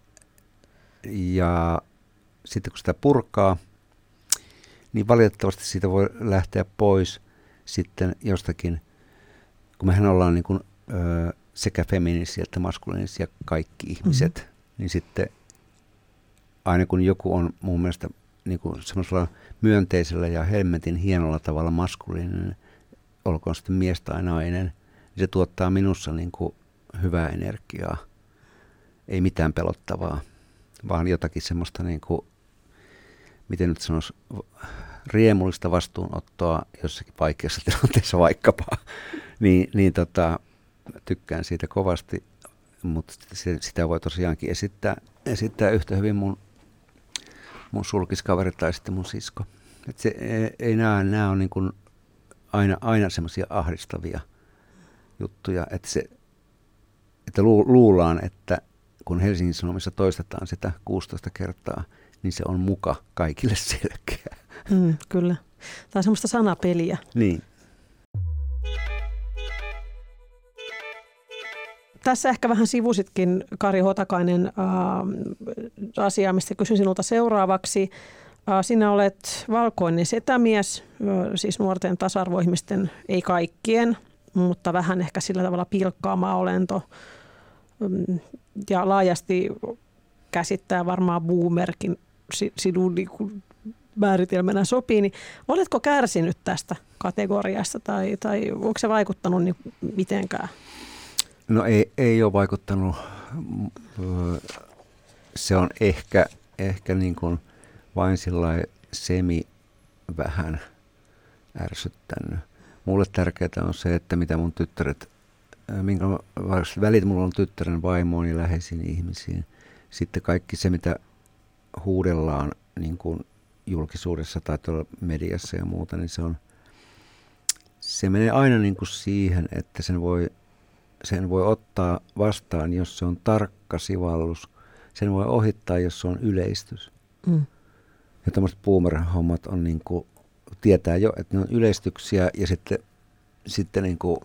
ja sitten kun sitä purkaa, niin valitettavasti siitä voi lähteä pois sitten jostakin, kun mehän ollaan niin kuin, ö, sekä feministisiä että maskuliinisia kaikki ihmiset, mm-hmm. niin sitten aina kun joku on mun mielestä niin kuin semmoisella myönteisellä ja helmetin hienolla tavalla maskuliininen, olkoon sitten mies tai nainen, niin se tuottaa minussa niin kuin hyvää energiaa, ei mitään pelottavaa, vaan jotakin semmoista niin kuin, miten nyt sanoisi, riemullista vastuunottoa jossakin vaikeassa tilanteessa vaikkapa, niin, niin tota, tykkään siitä kovasti, mutta se, sitä voi tosiaankin esittää, esittää yhtä hyvin mun, mun sulkiskaveri tai sitten mun sisko. Et se, ei, ei nämä, nämä on niin kuin aina, aina semmoisia ahdistavia juttuja, että, se, että lu, luullaan, että kun Helsingin Sanomissa toistetaan sitä kuusitoista kertaa, niin se on muka kaikille selkeä. Mm, kyllä. Tämä on semmoista sanapeliä. Niin. Tässä ehkä vähän sivusitkin, Kari Hotakainen, äh, asiaa, mistä kysyn sinulta seuraavaksi. Äh, sinä olet valkoinen setämies, äh, siis nuorten tasa-arvoihmisten, ei kaikkien, mutta vähän ehkä sillä tavalla pilkkaama olento. Ähm, ja laajasti käsittää varmaan boomerkin sinun niin kuin määritelmänä sopii, niin oletko kärsinyt tästä kategoriasta tai, tai onko se vaikuttanut niin mitenkään? No ei, ei ole vaikuttanut. Se on ehkä, ehkä niin kuin vain sillai semi vähän ärsyttänyt. Mulle tärkeää on se, että mitä mun tyttäret, minkä välit mulla on tyttären vaimoon ja läheisiin ihmisiin. Sitten kaikki se, mitä huudellaan niin kuin julkisuudessa tai tuolla mediassa ja muuta, niin se on, se menee aina niin kuin siihen, että sen voi, sen voi ottaa vastaan, jos se on tarkka sivallus. Sen voi ohittaa, jos se on yleistys. Mm. Ja tämmöiset boomer-hommat on niin kuin, tietää jo, että ne on yleistyksiä ja sitten, sitten niin kuin,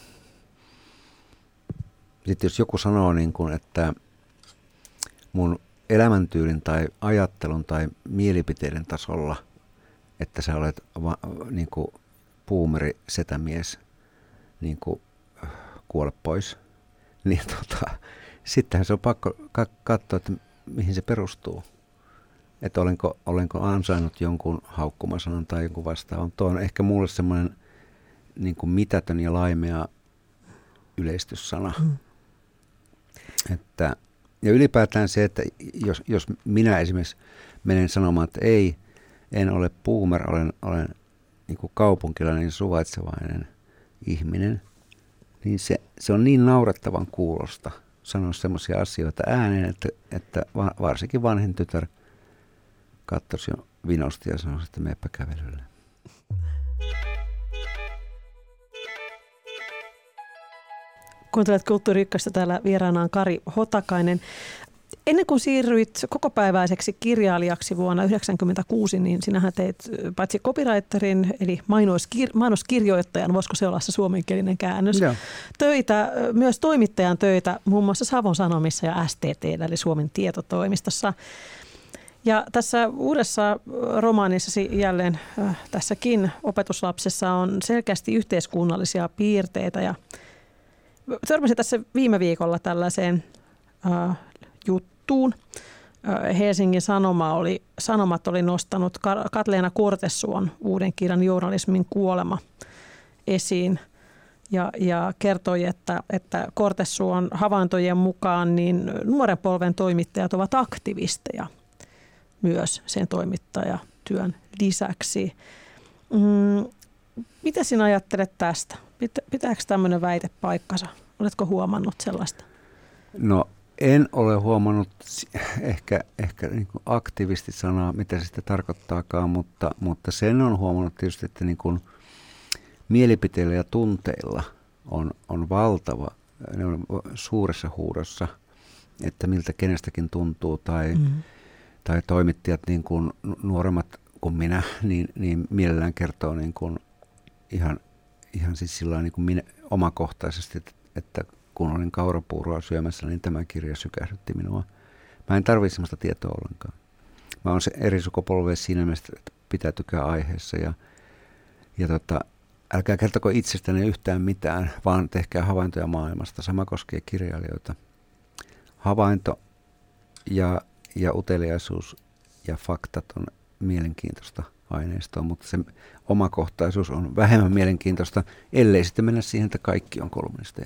sitten jos joku sanoo niin kuin, että mun elämäntyylin tai ajattelun tai mielipiteiden tasolla, että sä olet va, niin kuin boomeri, setämies, niin kuin kuole pois, niin tota, sittenhän se on pakko katsoa, että mihin se perustuu. Että olenko, olenko ansainnut jonkun haukkumasanan tai jonkun vastaavan. Tuo on ehkä mulle semmoinen niin kuin mitätön ja laimea yleistyssana. Mm. Että ja ylipäätään se, että jos, jos minä esimerkiksi menen sanomaan, että ei, en ole boomer, olen, olen niin kuin kaupunkilainen suvaitsevainen ihminen, niin se, se on niin naurettavan kuulosta sanoa semmoisia asioita ääneen, että, että varsinkin vanhin tytär katsoisi jo vinosti ja sanoisi, että meepä kävelylle. Kuuntelet Kulttuuri Ykköstä, täällä vieraana on Kari Hotakainen. Ennen kuin siirryit kokopäiväiseksi kirjailijaksi vuonna yhdeksänkymmentäkuusi, niin sinähän teit paitsi copywriterin, eli mainoskir- mainoskirjoittajan, voisiko se olla se suomenkielinen käännös, Joo. töitä, myös toimittajan töitä, muun muassa Savon Sanomissa ja S T T, eli Suomen tietotoimistossa. Ja tässä uudessa romaanissasi jälleen äh, tässäkin opetuslapsessa on selkeästi yhteiskunnallisia piirteitä. Ja törmäsin tässä viime viikolla tällaiseen äh, juttuun. Äh, Helsingin Sanoma oli, Sanomat oli nostanut Katleena Kortesuon uuden kirjan Journalismin kuolema esiin. Ja, ja kertoi, että, että Kortesuon havaintojen mukaan niin nuoren polven toimittajat ovat aktivisteja myös sen toimittajatyön lisäksi. Mm, mitä sinä ajattelet tästä? Pitä, pitääkö tämmöinen väite paikkansa? Oletko huomannut sellaista? No en ole huomannut ehkä, ehkä niin kuin aktivistisanaa, mitä se sitten tarkoittaakaan, mutta, mutta sen on huomannut tietysti, että niin kuin mielipiteillä ja tunteilla on, on valtava, ne on suuressa huudossa, että miltä kenestäkin tuntuu tai, mm-hmm. tai toimittajat niin kuin nuoremmat kuin minä, niin, niin mielellään kertoo niin kuin ihan, ihan siis sillä niin kuin minä, omakohtaisesti, että, että kun olin kaurapuuroa syömässä, niin tämä kirja sykähdytti minua. Mä en tarvitse sellaista tietoa ollenkaan. Mä oon se eri sukupolve siinä mielessä, että pitäytykää aiheessa ja, ja tota, älkää kertoko itsestäni yhtään mitään, vaan tehkää havaintoja maailmasta. Sama koskee kirjailijoita. Havainto ja, ja uteliaisuus ja faktat on mielenkiintoista aineistoa, mutta se omakohtaisuus on vähemmän mielenkiintoista, ellei sitten mennä siihen, että kaikki on kolumnisteja.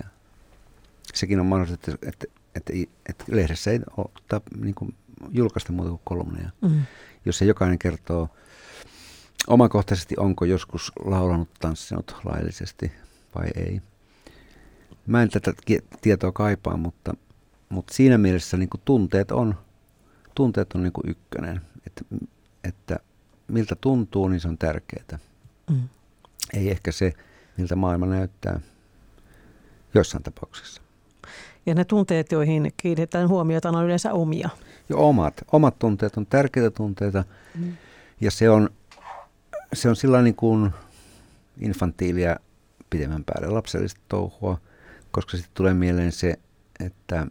Sekin on mahdollista, että, että, että, että lehdessä ei ole niin kuin julkaista muuta kuin kolumneja. Mm. Jos se jokainen kertoo omakohtaisesti, onko joskus laulanut, tanssinut laillisesti vai ei. Mä en tätä tietoa kaipaa, mutta, mutta siinä mielessä niin kuin tunteet on, tunteet on niin kuin ykkönen. Että, että miltä tuntuu, niin se on tärkeää. Mm. Ei ehkä se, miltä maailma näyttää joissain tapauksissa. Ja ne tunteet, joihin kiinnitetään huomiota, on yleensä omia. Jo omat. Omat tunteet on tärkeitä tunteita. Mm. Ja se on, se on sillä niin kuin infantiilia pidemmän päälle lapsellista touhua, koska sitten tulee mieleen se, että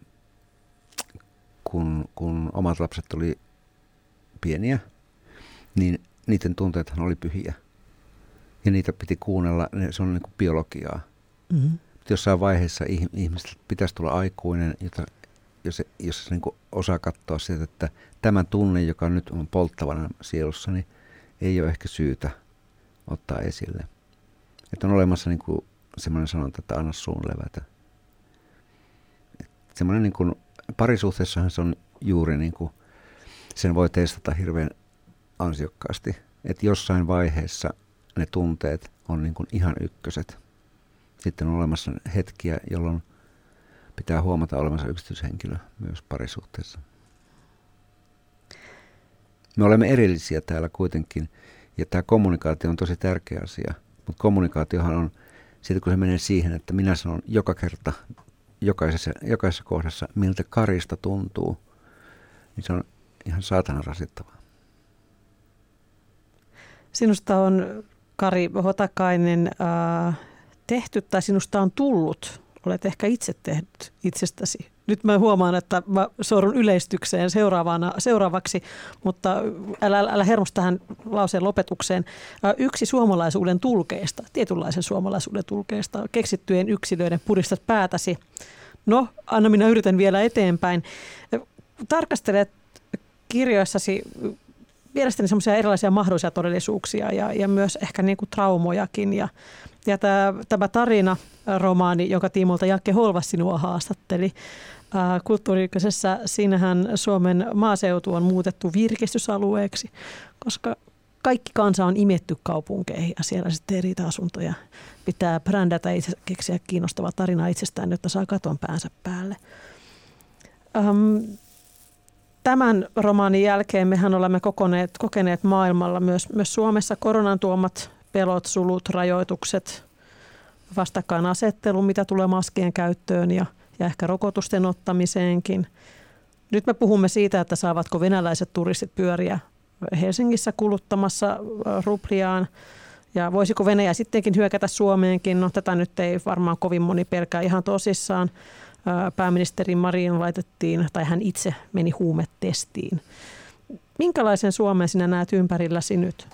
kun, kun omat lapset oli pieniä, niin niiden tunteethan oli pyhiä. Ja niitä piti kuunnella, se on niin kuin biologiaa. Mm-hmm. Jossain vaiheessa ihmisestä pitäisi tulla aikuinen, jota, jos, jos se niin kuin osaa katsoa sieltä, että tämä tunne, joka nyt on polttavana sielussa, niin ei ole ehkä syytä ottaa esille. Että on olemassa niin kuin semmoinen sanonta, että anna suun levätä. Semmoinen niin kuin, parisuhteessahan se on juuri niin kuin, sen voi testata hirveän ansiokkaasti. Että jossain vaiheessa ne tunteet on niin kuin ihan ykköset. Sitten on olemassa hetkiä, jolloin pitää huomata olemassa yksityishenkilö myös parisuhteessa. Me olemme erillisiä täällä kuitenkin, ja tämä kommunikaatio on tosi tärkeä asia. Mutta kommunikaatiohan on, sitten kun se menee siihen, että minä sanon joka kerta, jokaisessa, jokaisessa kohdassa, miltä Karista tuntuu, niin se on ihan saatanan rasittavaa. Sinusta on, Kari Hotakainen, äh, tehty tai sinusta on tullut, olet ehkä itse tehnyt itsestäsi. Nyt mä huomaan, että mä sorun yleistykseen seuraavana, seuraavaksi, mutta älä, älä hermosta tähän lauseen lopetukseen. Yksi suomalaisuuden tulkeista, tietynlaisen suomalaisuuden tulkeista, keksittyjen yksilöiden puristat päätäsi. No, Anna, minä yritän vielä eteenpäin. Tarkastelet kirjoissasi mielestäni semmoisia erilaisia mahdollisia todellisuuksia ja, ja myös ehkä niin kuin traumojakin. Ja, ja tämä, tämä tarina-romaani, jonka tiimoilta Jakke Holvas sinua haastatteli, ää, Kulttuuri-ykkösessä, siinähän Suomen maaseutu on muutettu virkistysalueeksi, koska kaikki kansa on imetty kaupunkeihin ja siellä sitten eri asuntoja pitää brändätä itse, keksiä kiinnostava tarina itsestään, jotta saa katon päänsä päälle. Ähm, Tämän romaanin jälkeen mehän olemme kokoneet, kokeneet maailmalla myös, myös Suomessa koronan tuomat pelot, sulut, rajoitukset, vastakkainasettelu, mitä tulee maskien käyttöön ja, ja ehkä rokotusten ottamiseenkin. Nyt me puhumme siitä, että saavatko venäläiset turistit pyöriä Helsingissä kuluttamassa rubliaan ja voisiko Venäjä sittenkin hyökätä Suomeenkin. No tätä nyt ei varmaan kovin moni pelkää ihan tosissaan. Pääministeri Marin laitettiin, tai hän itse meni huumetestiin. Minkälaisen Suomen sinä näet ympärilläsi nyt?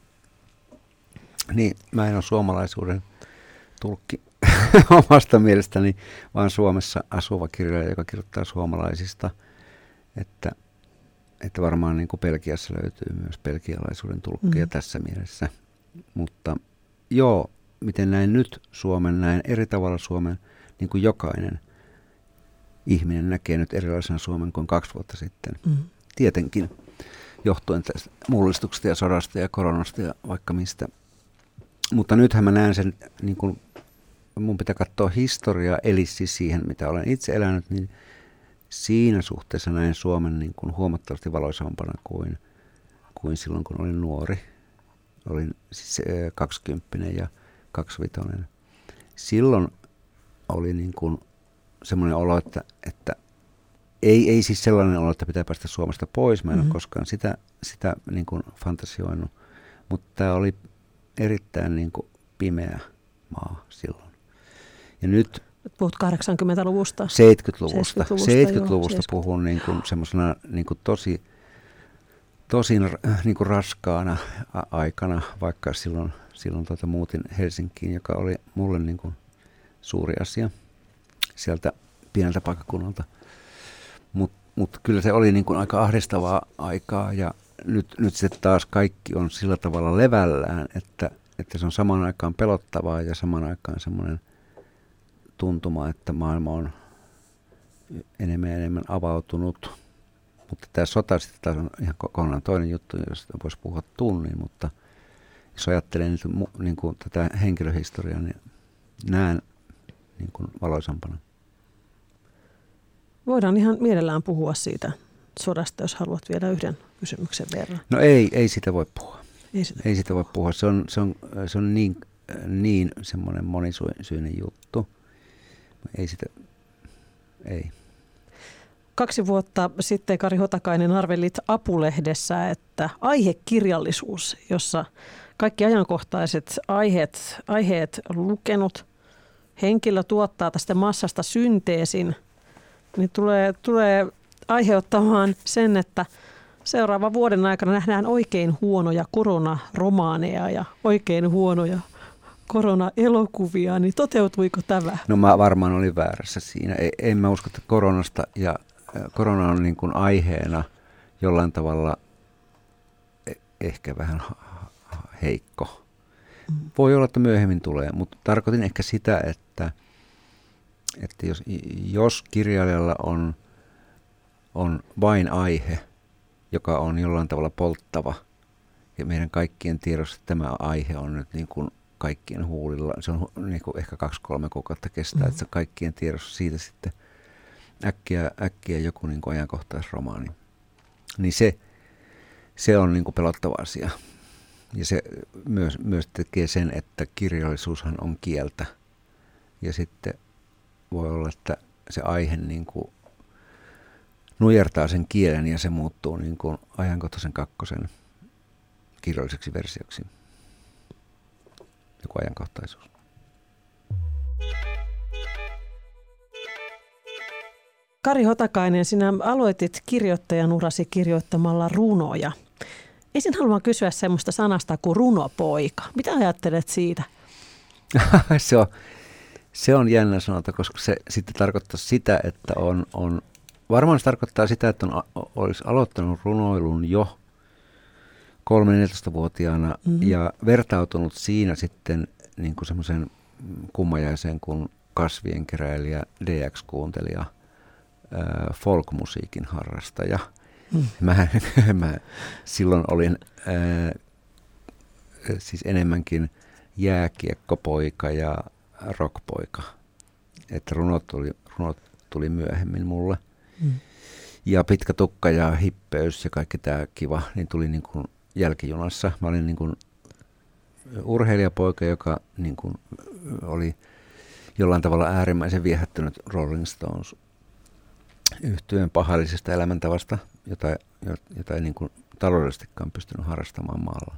Niin, mä en ole suomalaisuuden tulkki omasta mielestäni, vaan Suomessa asuva kirjailija, joka kirjoittaa suomalaisista. Että, että varmaan niin kuin Belgiassa löytyy myös belgialaisuuden tulkkia mm. tässä mielessä. Mutta joo, miten näin nyt Suomen, näin eri tavalla Suomen, niin kuin jokainen ihminen näkee nyt erilaisena Suomen kuin kaksi vuotta sitten. Mm. Tietenkin johtuen tästä mullistuksesta ja sodasta ja koronasta ja vaikka mistä. Mutta nythän mä näen sen, niin kuin mun pitää katsoa historiaa, eli siis siihen, mitä olen itse elänyt, niin siinä suhteessa näin Suomen niin kuin huomattavasti valoisampana kuin, kuin silloin, kun olin nuori. Olin siis kaksikymppinen ja kaksivitonen. Silloin oli niin kuin semmoinen olo, että, että ei, ei siis sellainen olo, että pitää päästä Suomesta pois. Mä en mm-hmm. ole koskaan sitä, sitä niin kuin fantasioinut, mutta tämä oli erittäin niin kuin pimeä maa silloin. Ja nyt puhut kahdeksankymmentäluvusta. seitsemänkymmentäluvusta. seitsemänkymmentäluvusta, seitsemänkymmentäluvusta joo, puhun niin kuin semmoisena niin kuin tosi, tosi niin kuin raskaana aikana, vaikka silloin, silloin tuota muutin Helsinkiin, joka oli mulle niin kuin suuri asia sieltä pieneltä paikkakunnalta. Mutta mut kyllä se oli niin kuin aika ahdistavaa aikaa ja nyt, nyt sitten taas kaikki on sillä tavalla levällään, että, että se on samaan aikaan pelottavaa ja samaan aikaan semmoinen tuntuma, että maailma on enemmän ja enemmän avautunut. Mutta tämä sota sitten taas on ihan kokonaan toinen juttu, josta voisi puhua tunnin, mutta jos ajattelen niin, niin kuin tätä henkilöhistoriaa, niin näen niin kuin valoisampana. Voidaan ihan mielellään puhua siitä sodasta, jos haluat vielä yhden kysymyksen verran. No ei, ei sitä voi puhua. Ei sitä, ei sitä voi puhua. Se on, se on, se on niin, niin semmoinen monisyinen juttu. Ei sitä, ei. Kaksi vuotta sitten Kari Hotakainen arvelit Apulehdessä, että aihekirjallisuus, jossa kaikki ajankohtaiset aiheet, aiheet lukenut henkilö tuottaa tästä massasta synteesin, niin tulee, tulee aiheuttamaan sen, että seuraavan vuoden aikana nähdään oikein huonoja koronaromaaneja ja oikein huonoja koronaelokuvia, niin toteutuiko tämä? No mä varmaan olin väärässä siinä. En, en mä usko, että koronasta ja korona on niin kuin aiheena jollain tavalla ehkä vähän heikko. Mm. Voi olla, että myöhemmin tulee, mutta tarkoitin ehkä sitä, että, että jos, jos kirjailijalla on, on vain aihe, joka on jollain tavalla polttava, ja meidän kaikkien tiedossa tämä aihe on nyt niin kuin kaikkien huulilla, se on niin kuin ehkä kaksi-kolme kuukautta kestää, mm. että se kaikkien tiedossa siitä sitten äkkiä, äkkiä joku niin kuin ajankohtaisromaani. Niin se, se on niin kuin pelottava asia. Ja se myös, myös tekee sen, että kirjallisuushan on kieltä. Ja sitten voi olla, että se aihe niin kuin nujertaa sen kielen ja se muuttuu niin kuin ajankohtaisen kakkosen kirjalliseksi versioksi. Joku ajankohtaisuus. Kari Hotakainen, sinä aloitit kirjoittajan urasi kirjoittamalla runoja. Ensin haluan kysyä semmoista sanasta kuin runopoika. Mitä ajattelet siitä? se, on, se on jännä sanota, koska se sitten tarkoittaa sitä, että on, on varmaan se tarkoittaa sitä, että on, olisi aloittanut runoilun jo kolme-neljätoistavuotiaana mm-hmm. ja vertautunut siinä sitten niin kuin semmoisen kummajaiseen kuin kasvien keräilijä, D X-kuuntelija, äh, folkmusiikin harrastaja. Mm. Mä, mä silloin olin äh, siis enemmänkin jääkiekkopoika ja rockpoika. Että runot tuli, runot tuli myöhemmin mulle. Mm. Ja pitkä tukka ja hippeys ja kaikki tämä kiva, niin tuli niin kuin jälkijunassa. Mä olin niin kuin urheilijapoika, joka niin kuin oli jollain tavalla äärimmäisen viehättynyt Rolling Stones yhtyeen pahallisesta elämäntavasta, jota, jota ei niin kuin taloudellisestikaan pystynyt harrastamaan maalla.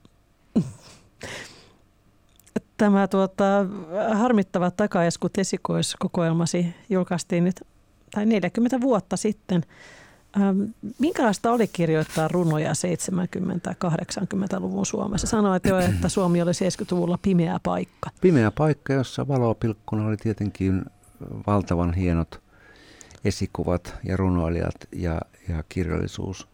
Tämä tuota, harmittava takaiskut esikoiskokoelmasi julkaistiin nyt tai neljäkymmentä vuotta sitten. Ähm, minkälaista oli kirjoittaa runoja seitsemänkymmentä-kahdeksankymmentäluvun Suomessa? Sanoit jo, että Suomi oli seitsemänkymmentäluvulla pimeä paikka. Pimeä paikka, jossa valopilkkuna oli tietenkin valtavan hienot esikuvat ja runoilijat ja, ja kirjallisuus.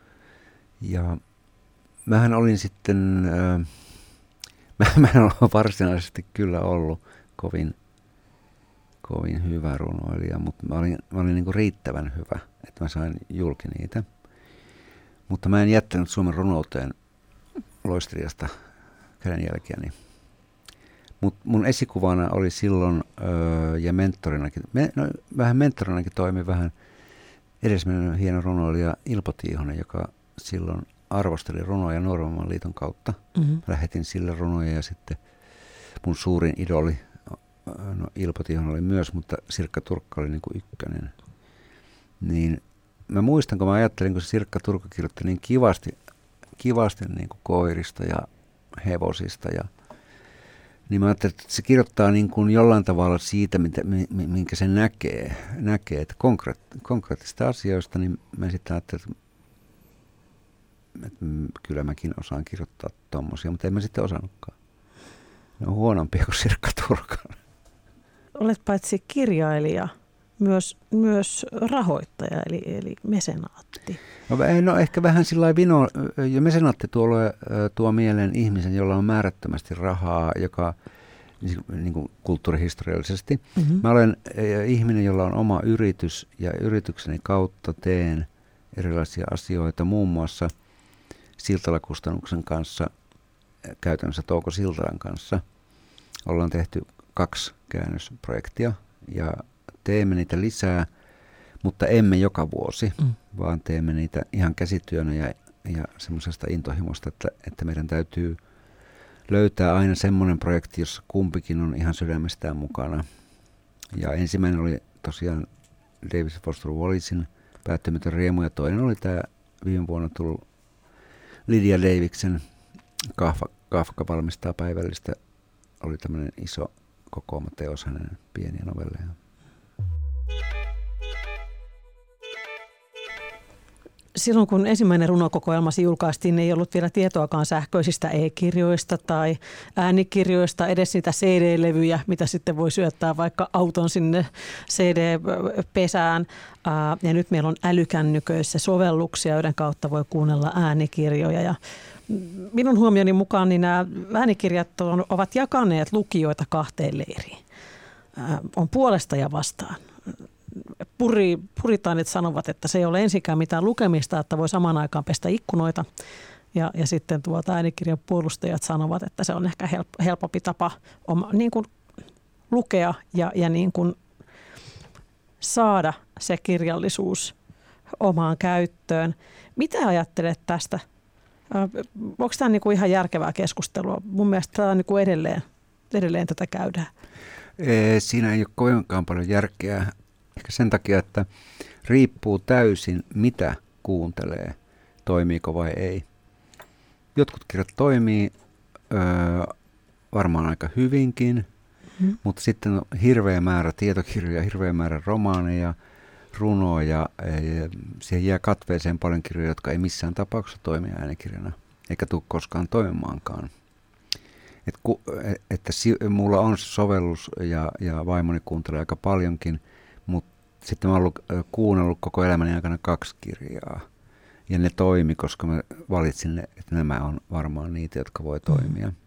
Ja mähän olin sitten, äh, mä, mä en ole varsinaisesti kyllä ollut kovin, kovin hyvä runoilija, mutta mä olin, mä olin niin kuin riittävän hyvä, että mä sain julki niitä. Mutta mä en jättänyt Suomen runouteen loistelijasta kädenjälkeäni. Mut mun esikuvana oli silloin öö, ja mentorinakin, me, no, vähän mentorinakin toimi vähän edesmenneen hieno runoilija Ilpo Tiihonen, joka silloin arvosteli runoja Nuoremman liiton kautta. Mm-hmm. Lähetin sille runoja ja sitten mun suurin idoli, no Ilpo Tiihonen oli myös, mutta Sirkka Turkka oli niin kuin ykkönen. Niin mä muistan, kun mä ajattelin, kun se Sirkka Turkka kirjoitti niin kivasti, kivasti niin kuin koirista ja hevosista ja niin mä ajattelin, että se kirjoittaa niin kuin jollain tavalla siitä, mitä, minkä se näkee, näkee että konkreet, konkreettisista asioista, niin mä sitten ajattelin, että, että kyllä mäkin osaan kirjoittaa tommosia, mutta en mä sitten osannutkaan. Ne on huonompia kuin Sirkka Turkka. Olet paitsi kirjailija, myös, myös rahoittaja, eli, eli mesenaatti. No, no ehkä vähän sillä vino, ja mesenaatti tuo, tuo mieleen ihmisen, jolla on määrättömästi rahaa, joka niin kuin kulttuurihistoriallisesti. Mm-hmm. Mä olen ihminen, jolla on oma yritys, ja yritykseni kautta teen erilaisia asioita, muun muassa Siltala-kustannuksen kanssa, käytännössä Touko Siltalan kanssa. Ollaan tehty kaksi käännösprojektia, ja teemme niitä lisää, mutta emme joka vuosi, mm. vaan teemme niitä ihan käsityönä ja, ja semmoisesta intohimosta, että, että meidän täytyy löytää aina semmoinen projekti, jossa kumpikin on ihan sydämestään mukana. Ja ensimmäinen oli tosiaan David Foster Wallacein Päättymätön riemu, ja toinen oli tämä viime vuonna tullut Lydia Daviksen Kafka, Kafka valmistaa päivällistä. Oli tämmöinen iso kokoomateos hänen pieniä novellejaan. Silloin kun ensimmäinen runokokoelmasi julkaistiin, ei ollut vielä tietoakaan sähköisistä e-kirjoista tai äänikirjoista, edes niitä C D-levyjä, mitä sitten voi syöttää vaikka auton sinne C D-pesään. Ja nyt meillä on älykännyköissä sovelluksia, joiden kautta voi kuunnella äänikirjoja. Ja minun huomioni mukaan niin nämä äänikirjat on, ovat jakaneet lukijoita kahteen leiriin. On puolesta ja vastaan. Puri, puritaanit sanovat, että se ei ole ensinkään mitään lukemista, että voi samaan aikaan pestä ikkunoita. Ja, ja sitten tuota äänikirjan puolustajat sanovat, että se on ehkä help, helpompi tapa oma, niin kuin lukea ja, ja niin kuin saada se kirjallisuus omaan käyttöön. Mitä ajattelet tästä? Onko tämä niin kuin ihan järkevää keskustelua? Mun mielestä tämä on niin kuin edelleen, edelleen tätä käydään. Siinä ei ole kovinkaan paljon järkeä. Ehkä sen takia, että riippuu täysin, mitä kuuntelee, toimiiko vai ei. Jotkut kirjat toimii öö, varmaan aika hyvinkin, mm. mutta sitten on hirveä määrä tietokirjoja, hirveä määrä romaaneja, runoja. Siihen jää katveeseen paljon kirjoja, jotka ei missään tapauksessa toimi äänikirjana, eikä tule koskaan toimimaankaan. Et ku, että si, mulla on sovellus ja, ja vaimoni kuuntelee aika paljonkin, mutta sitten mä oon ollut, kuunnellut koko elämäni aikana kaksi kirjaa. Ja ne toimi, koska mä valitsin ne, että nämä on varmaan niitä, jotka voi toimia. Mm.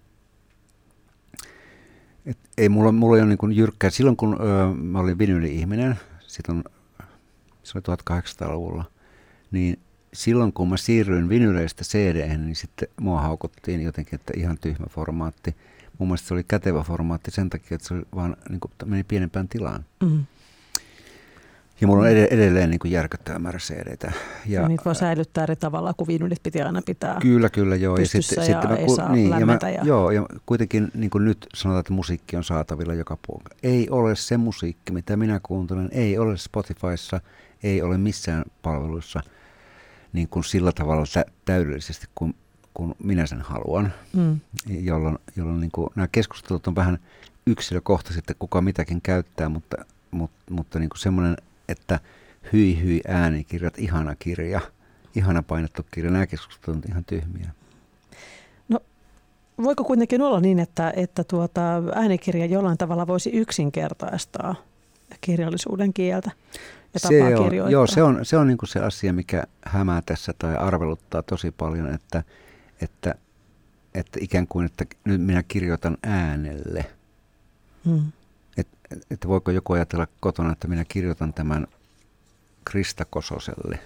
Et ei mulla, mulla ei ole niin kuin jyrkkää. Silloin kun ö, mä olin vinyli-ihminen, on, se oli tuhatkahdeksansataaluvulla, niin silloin kun mä siirryin vinyleistä C D:hen, niin sitten mua haukottiin jotenkin, että ihan tyhmä formaatti. Mun mielestä se oli kätevä formaatti sen takia, että se oli vaan niin kuin, meni pienempään tilaan. Mm. Ja mulla on edelleen niin kuin järkyttävä määrä C D:tä. Ja, ja niitä voi säilyttää eri tavalla, kun vinylit piti aina pitää kyllä, kyllä, joo. pystyssä ja, sitten, ja sitten ei saa niin, lämmetä. Ja mä, ja... Joo, ja kuitenkin niin kuin nyt sanotaan, että musiikki on saatavilla joka puolella. Ei ole se musiikki, mitä minä kuuntelen, ei ole Spotifyssa, ei ole missään palveluissa niin kuin sillä tavalla tä- täydellisesti kuin, kuin minä sen haluan. Mm. Jolloin, jolloin niin kuin, nämä keskustelut on vähän yksilökohtaiset, että kuka mitäkin käyttää, mutta, mutta, mutta niin kuin semmoinen, että hyi hyi äänikirjat, ihana kirja, ihana painettu kirja. Nämä keskustelut on ihan tyhmiä. No, voiko kuitenkin olla niin, että, että tuota, äänikirja jollain tavalla voisi yksinkertaistaa kirjallisuuden kieltä ja tapaa se on, kirjoittaa? Joo, se on, se on niin kuin se asia, mikä hämää tässä tai arveluttaa tosi paljon, että, että, että ikään kuin, että nyt minä kirjoitan äänelle. Hmm. Että et voiko joku ajatella kotona, että minä kirjoitan tämän Krista Kososelle.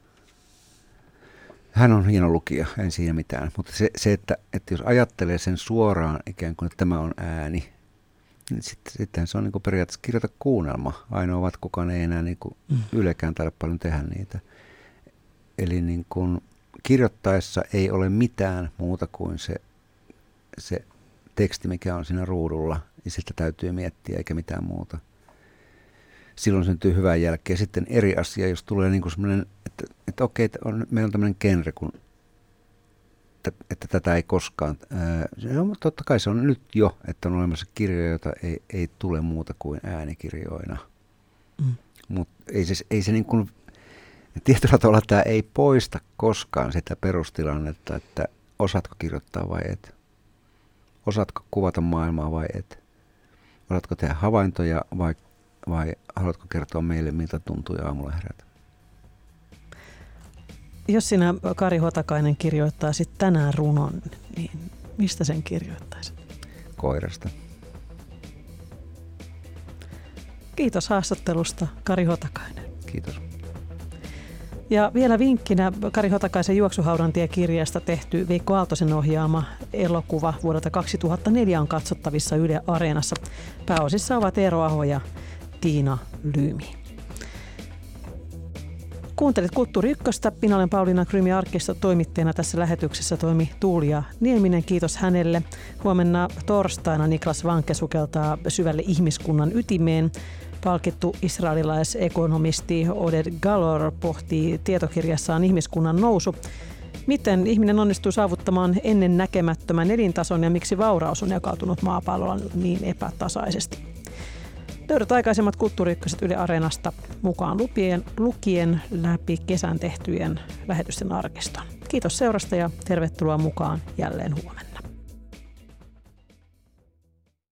Hän on hieno lukija, en siinä mitään. Mutta se, se että, että jos ajattelee sen suoraan ikään kuin, että tämä on ääni, niin sitten, sitten se on niin kuin periaatteessa kirjoita kuunnelma. Ainoa ovat, kukaan ei enää niin kuin mm. ylekään taida paljon tehdä niitä. Eli niin kuin kirjoittaessa ei ole mitään muuta kuin se, se teksti, mikä on siinä ruudulla. Ja sitä täytyy miettiä, eikä mitään muuta. Silloin syntyy hyvää jälkeä. Sitten eri asia, jos tulee niin kuin semmoinen, että, että okei, että on, meillä on tämmöinen genre, kun, että, että tätä ei koskaan. Ää, no, totta kai se on nyt jo, että on olemassa kirjoja, joita ei, ei tule muuta kuin äänikirjoina. Mm. Mutta ei se, ei se niin kuin, tietyllä tavalla tämä ei poista koskaan sitä perustilannetta, että osaatko kirjoittaa vai et. Osaatko kuvata maailmaa vai et. Osaatko tehdä havaintoja vai Vai haluatko kertoa meille, miltä tuntuu aamulla herätä? Jos sinä, Kari Hotakainen, kirjoittaisit tänään runon, niin mistä sen kirjoittaisit? Koirasta. Kiitos haastattelusta, Kari Hotakainen. Kiitos. Ja vielä vinkkinä Kari Hotakaisen Juoksuhaudantie-kirjasta tehty Veikko Aaltosen ohjaama elokuva vuodelta kaksituhattaneljä on katsottavissa Yle Areenassa. Pääosissa ovat Eero Aho ja Tiina Lyymi. Kuuntelit Kulttuuri Ykköstä. Minä olen Pauliina Grymi-Arkkisto. Toimittajana tässä lähetyksessä toimi Tuulia Nieminen. Kiitos hänelle. Huomenna torstaina Niklas Wanke sukeltaa syvälle ihmiskunnan ytimeen. Palkittu israelilaisekonomisti Oded Galor pohtii tietokirjassaan ihmiskunnan nousu. Miten ihminen onnistuu saavuttamaan ennen näkemättömän elintason ja miksi vauraus on jakautunut maapallolla niin epätasaisesti? Löydät aikaisemmat Kulttuuri Ykköset Yle Areenasta mukaan lupien, lukien läpi kesän tehtyjen lähetysten arkiston. Kiitos seurasta ja tervetuloa mukaan jälleen huomenna.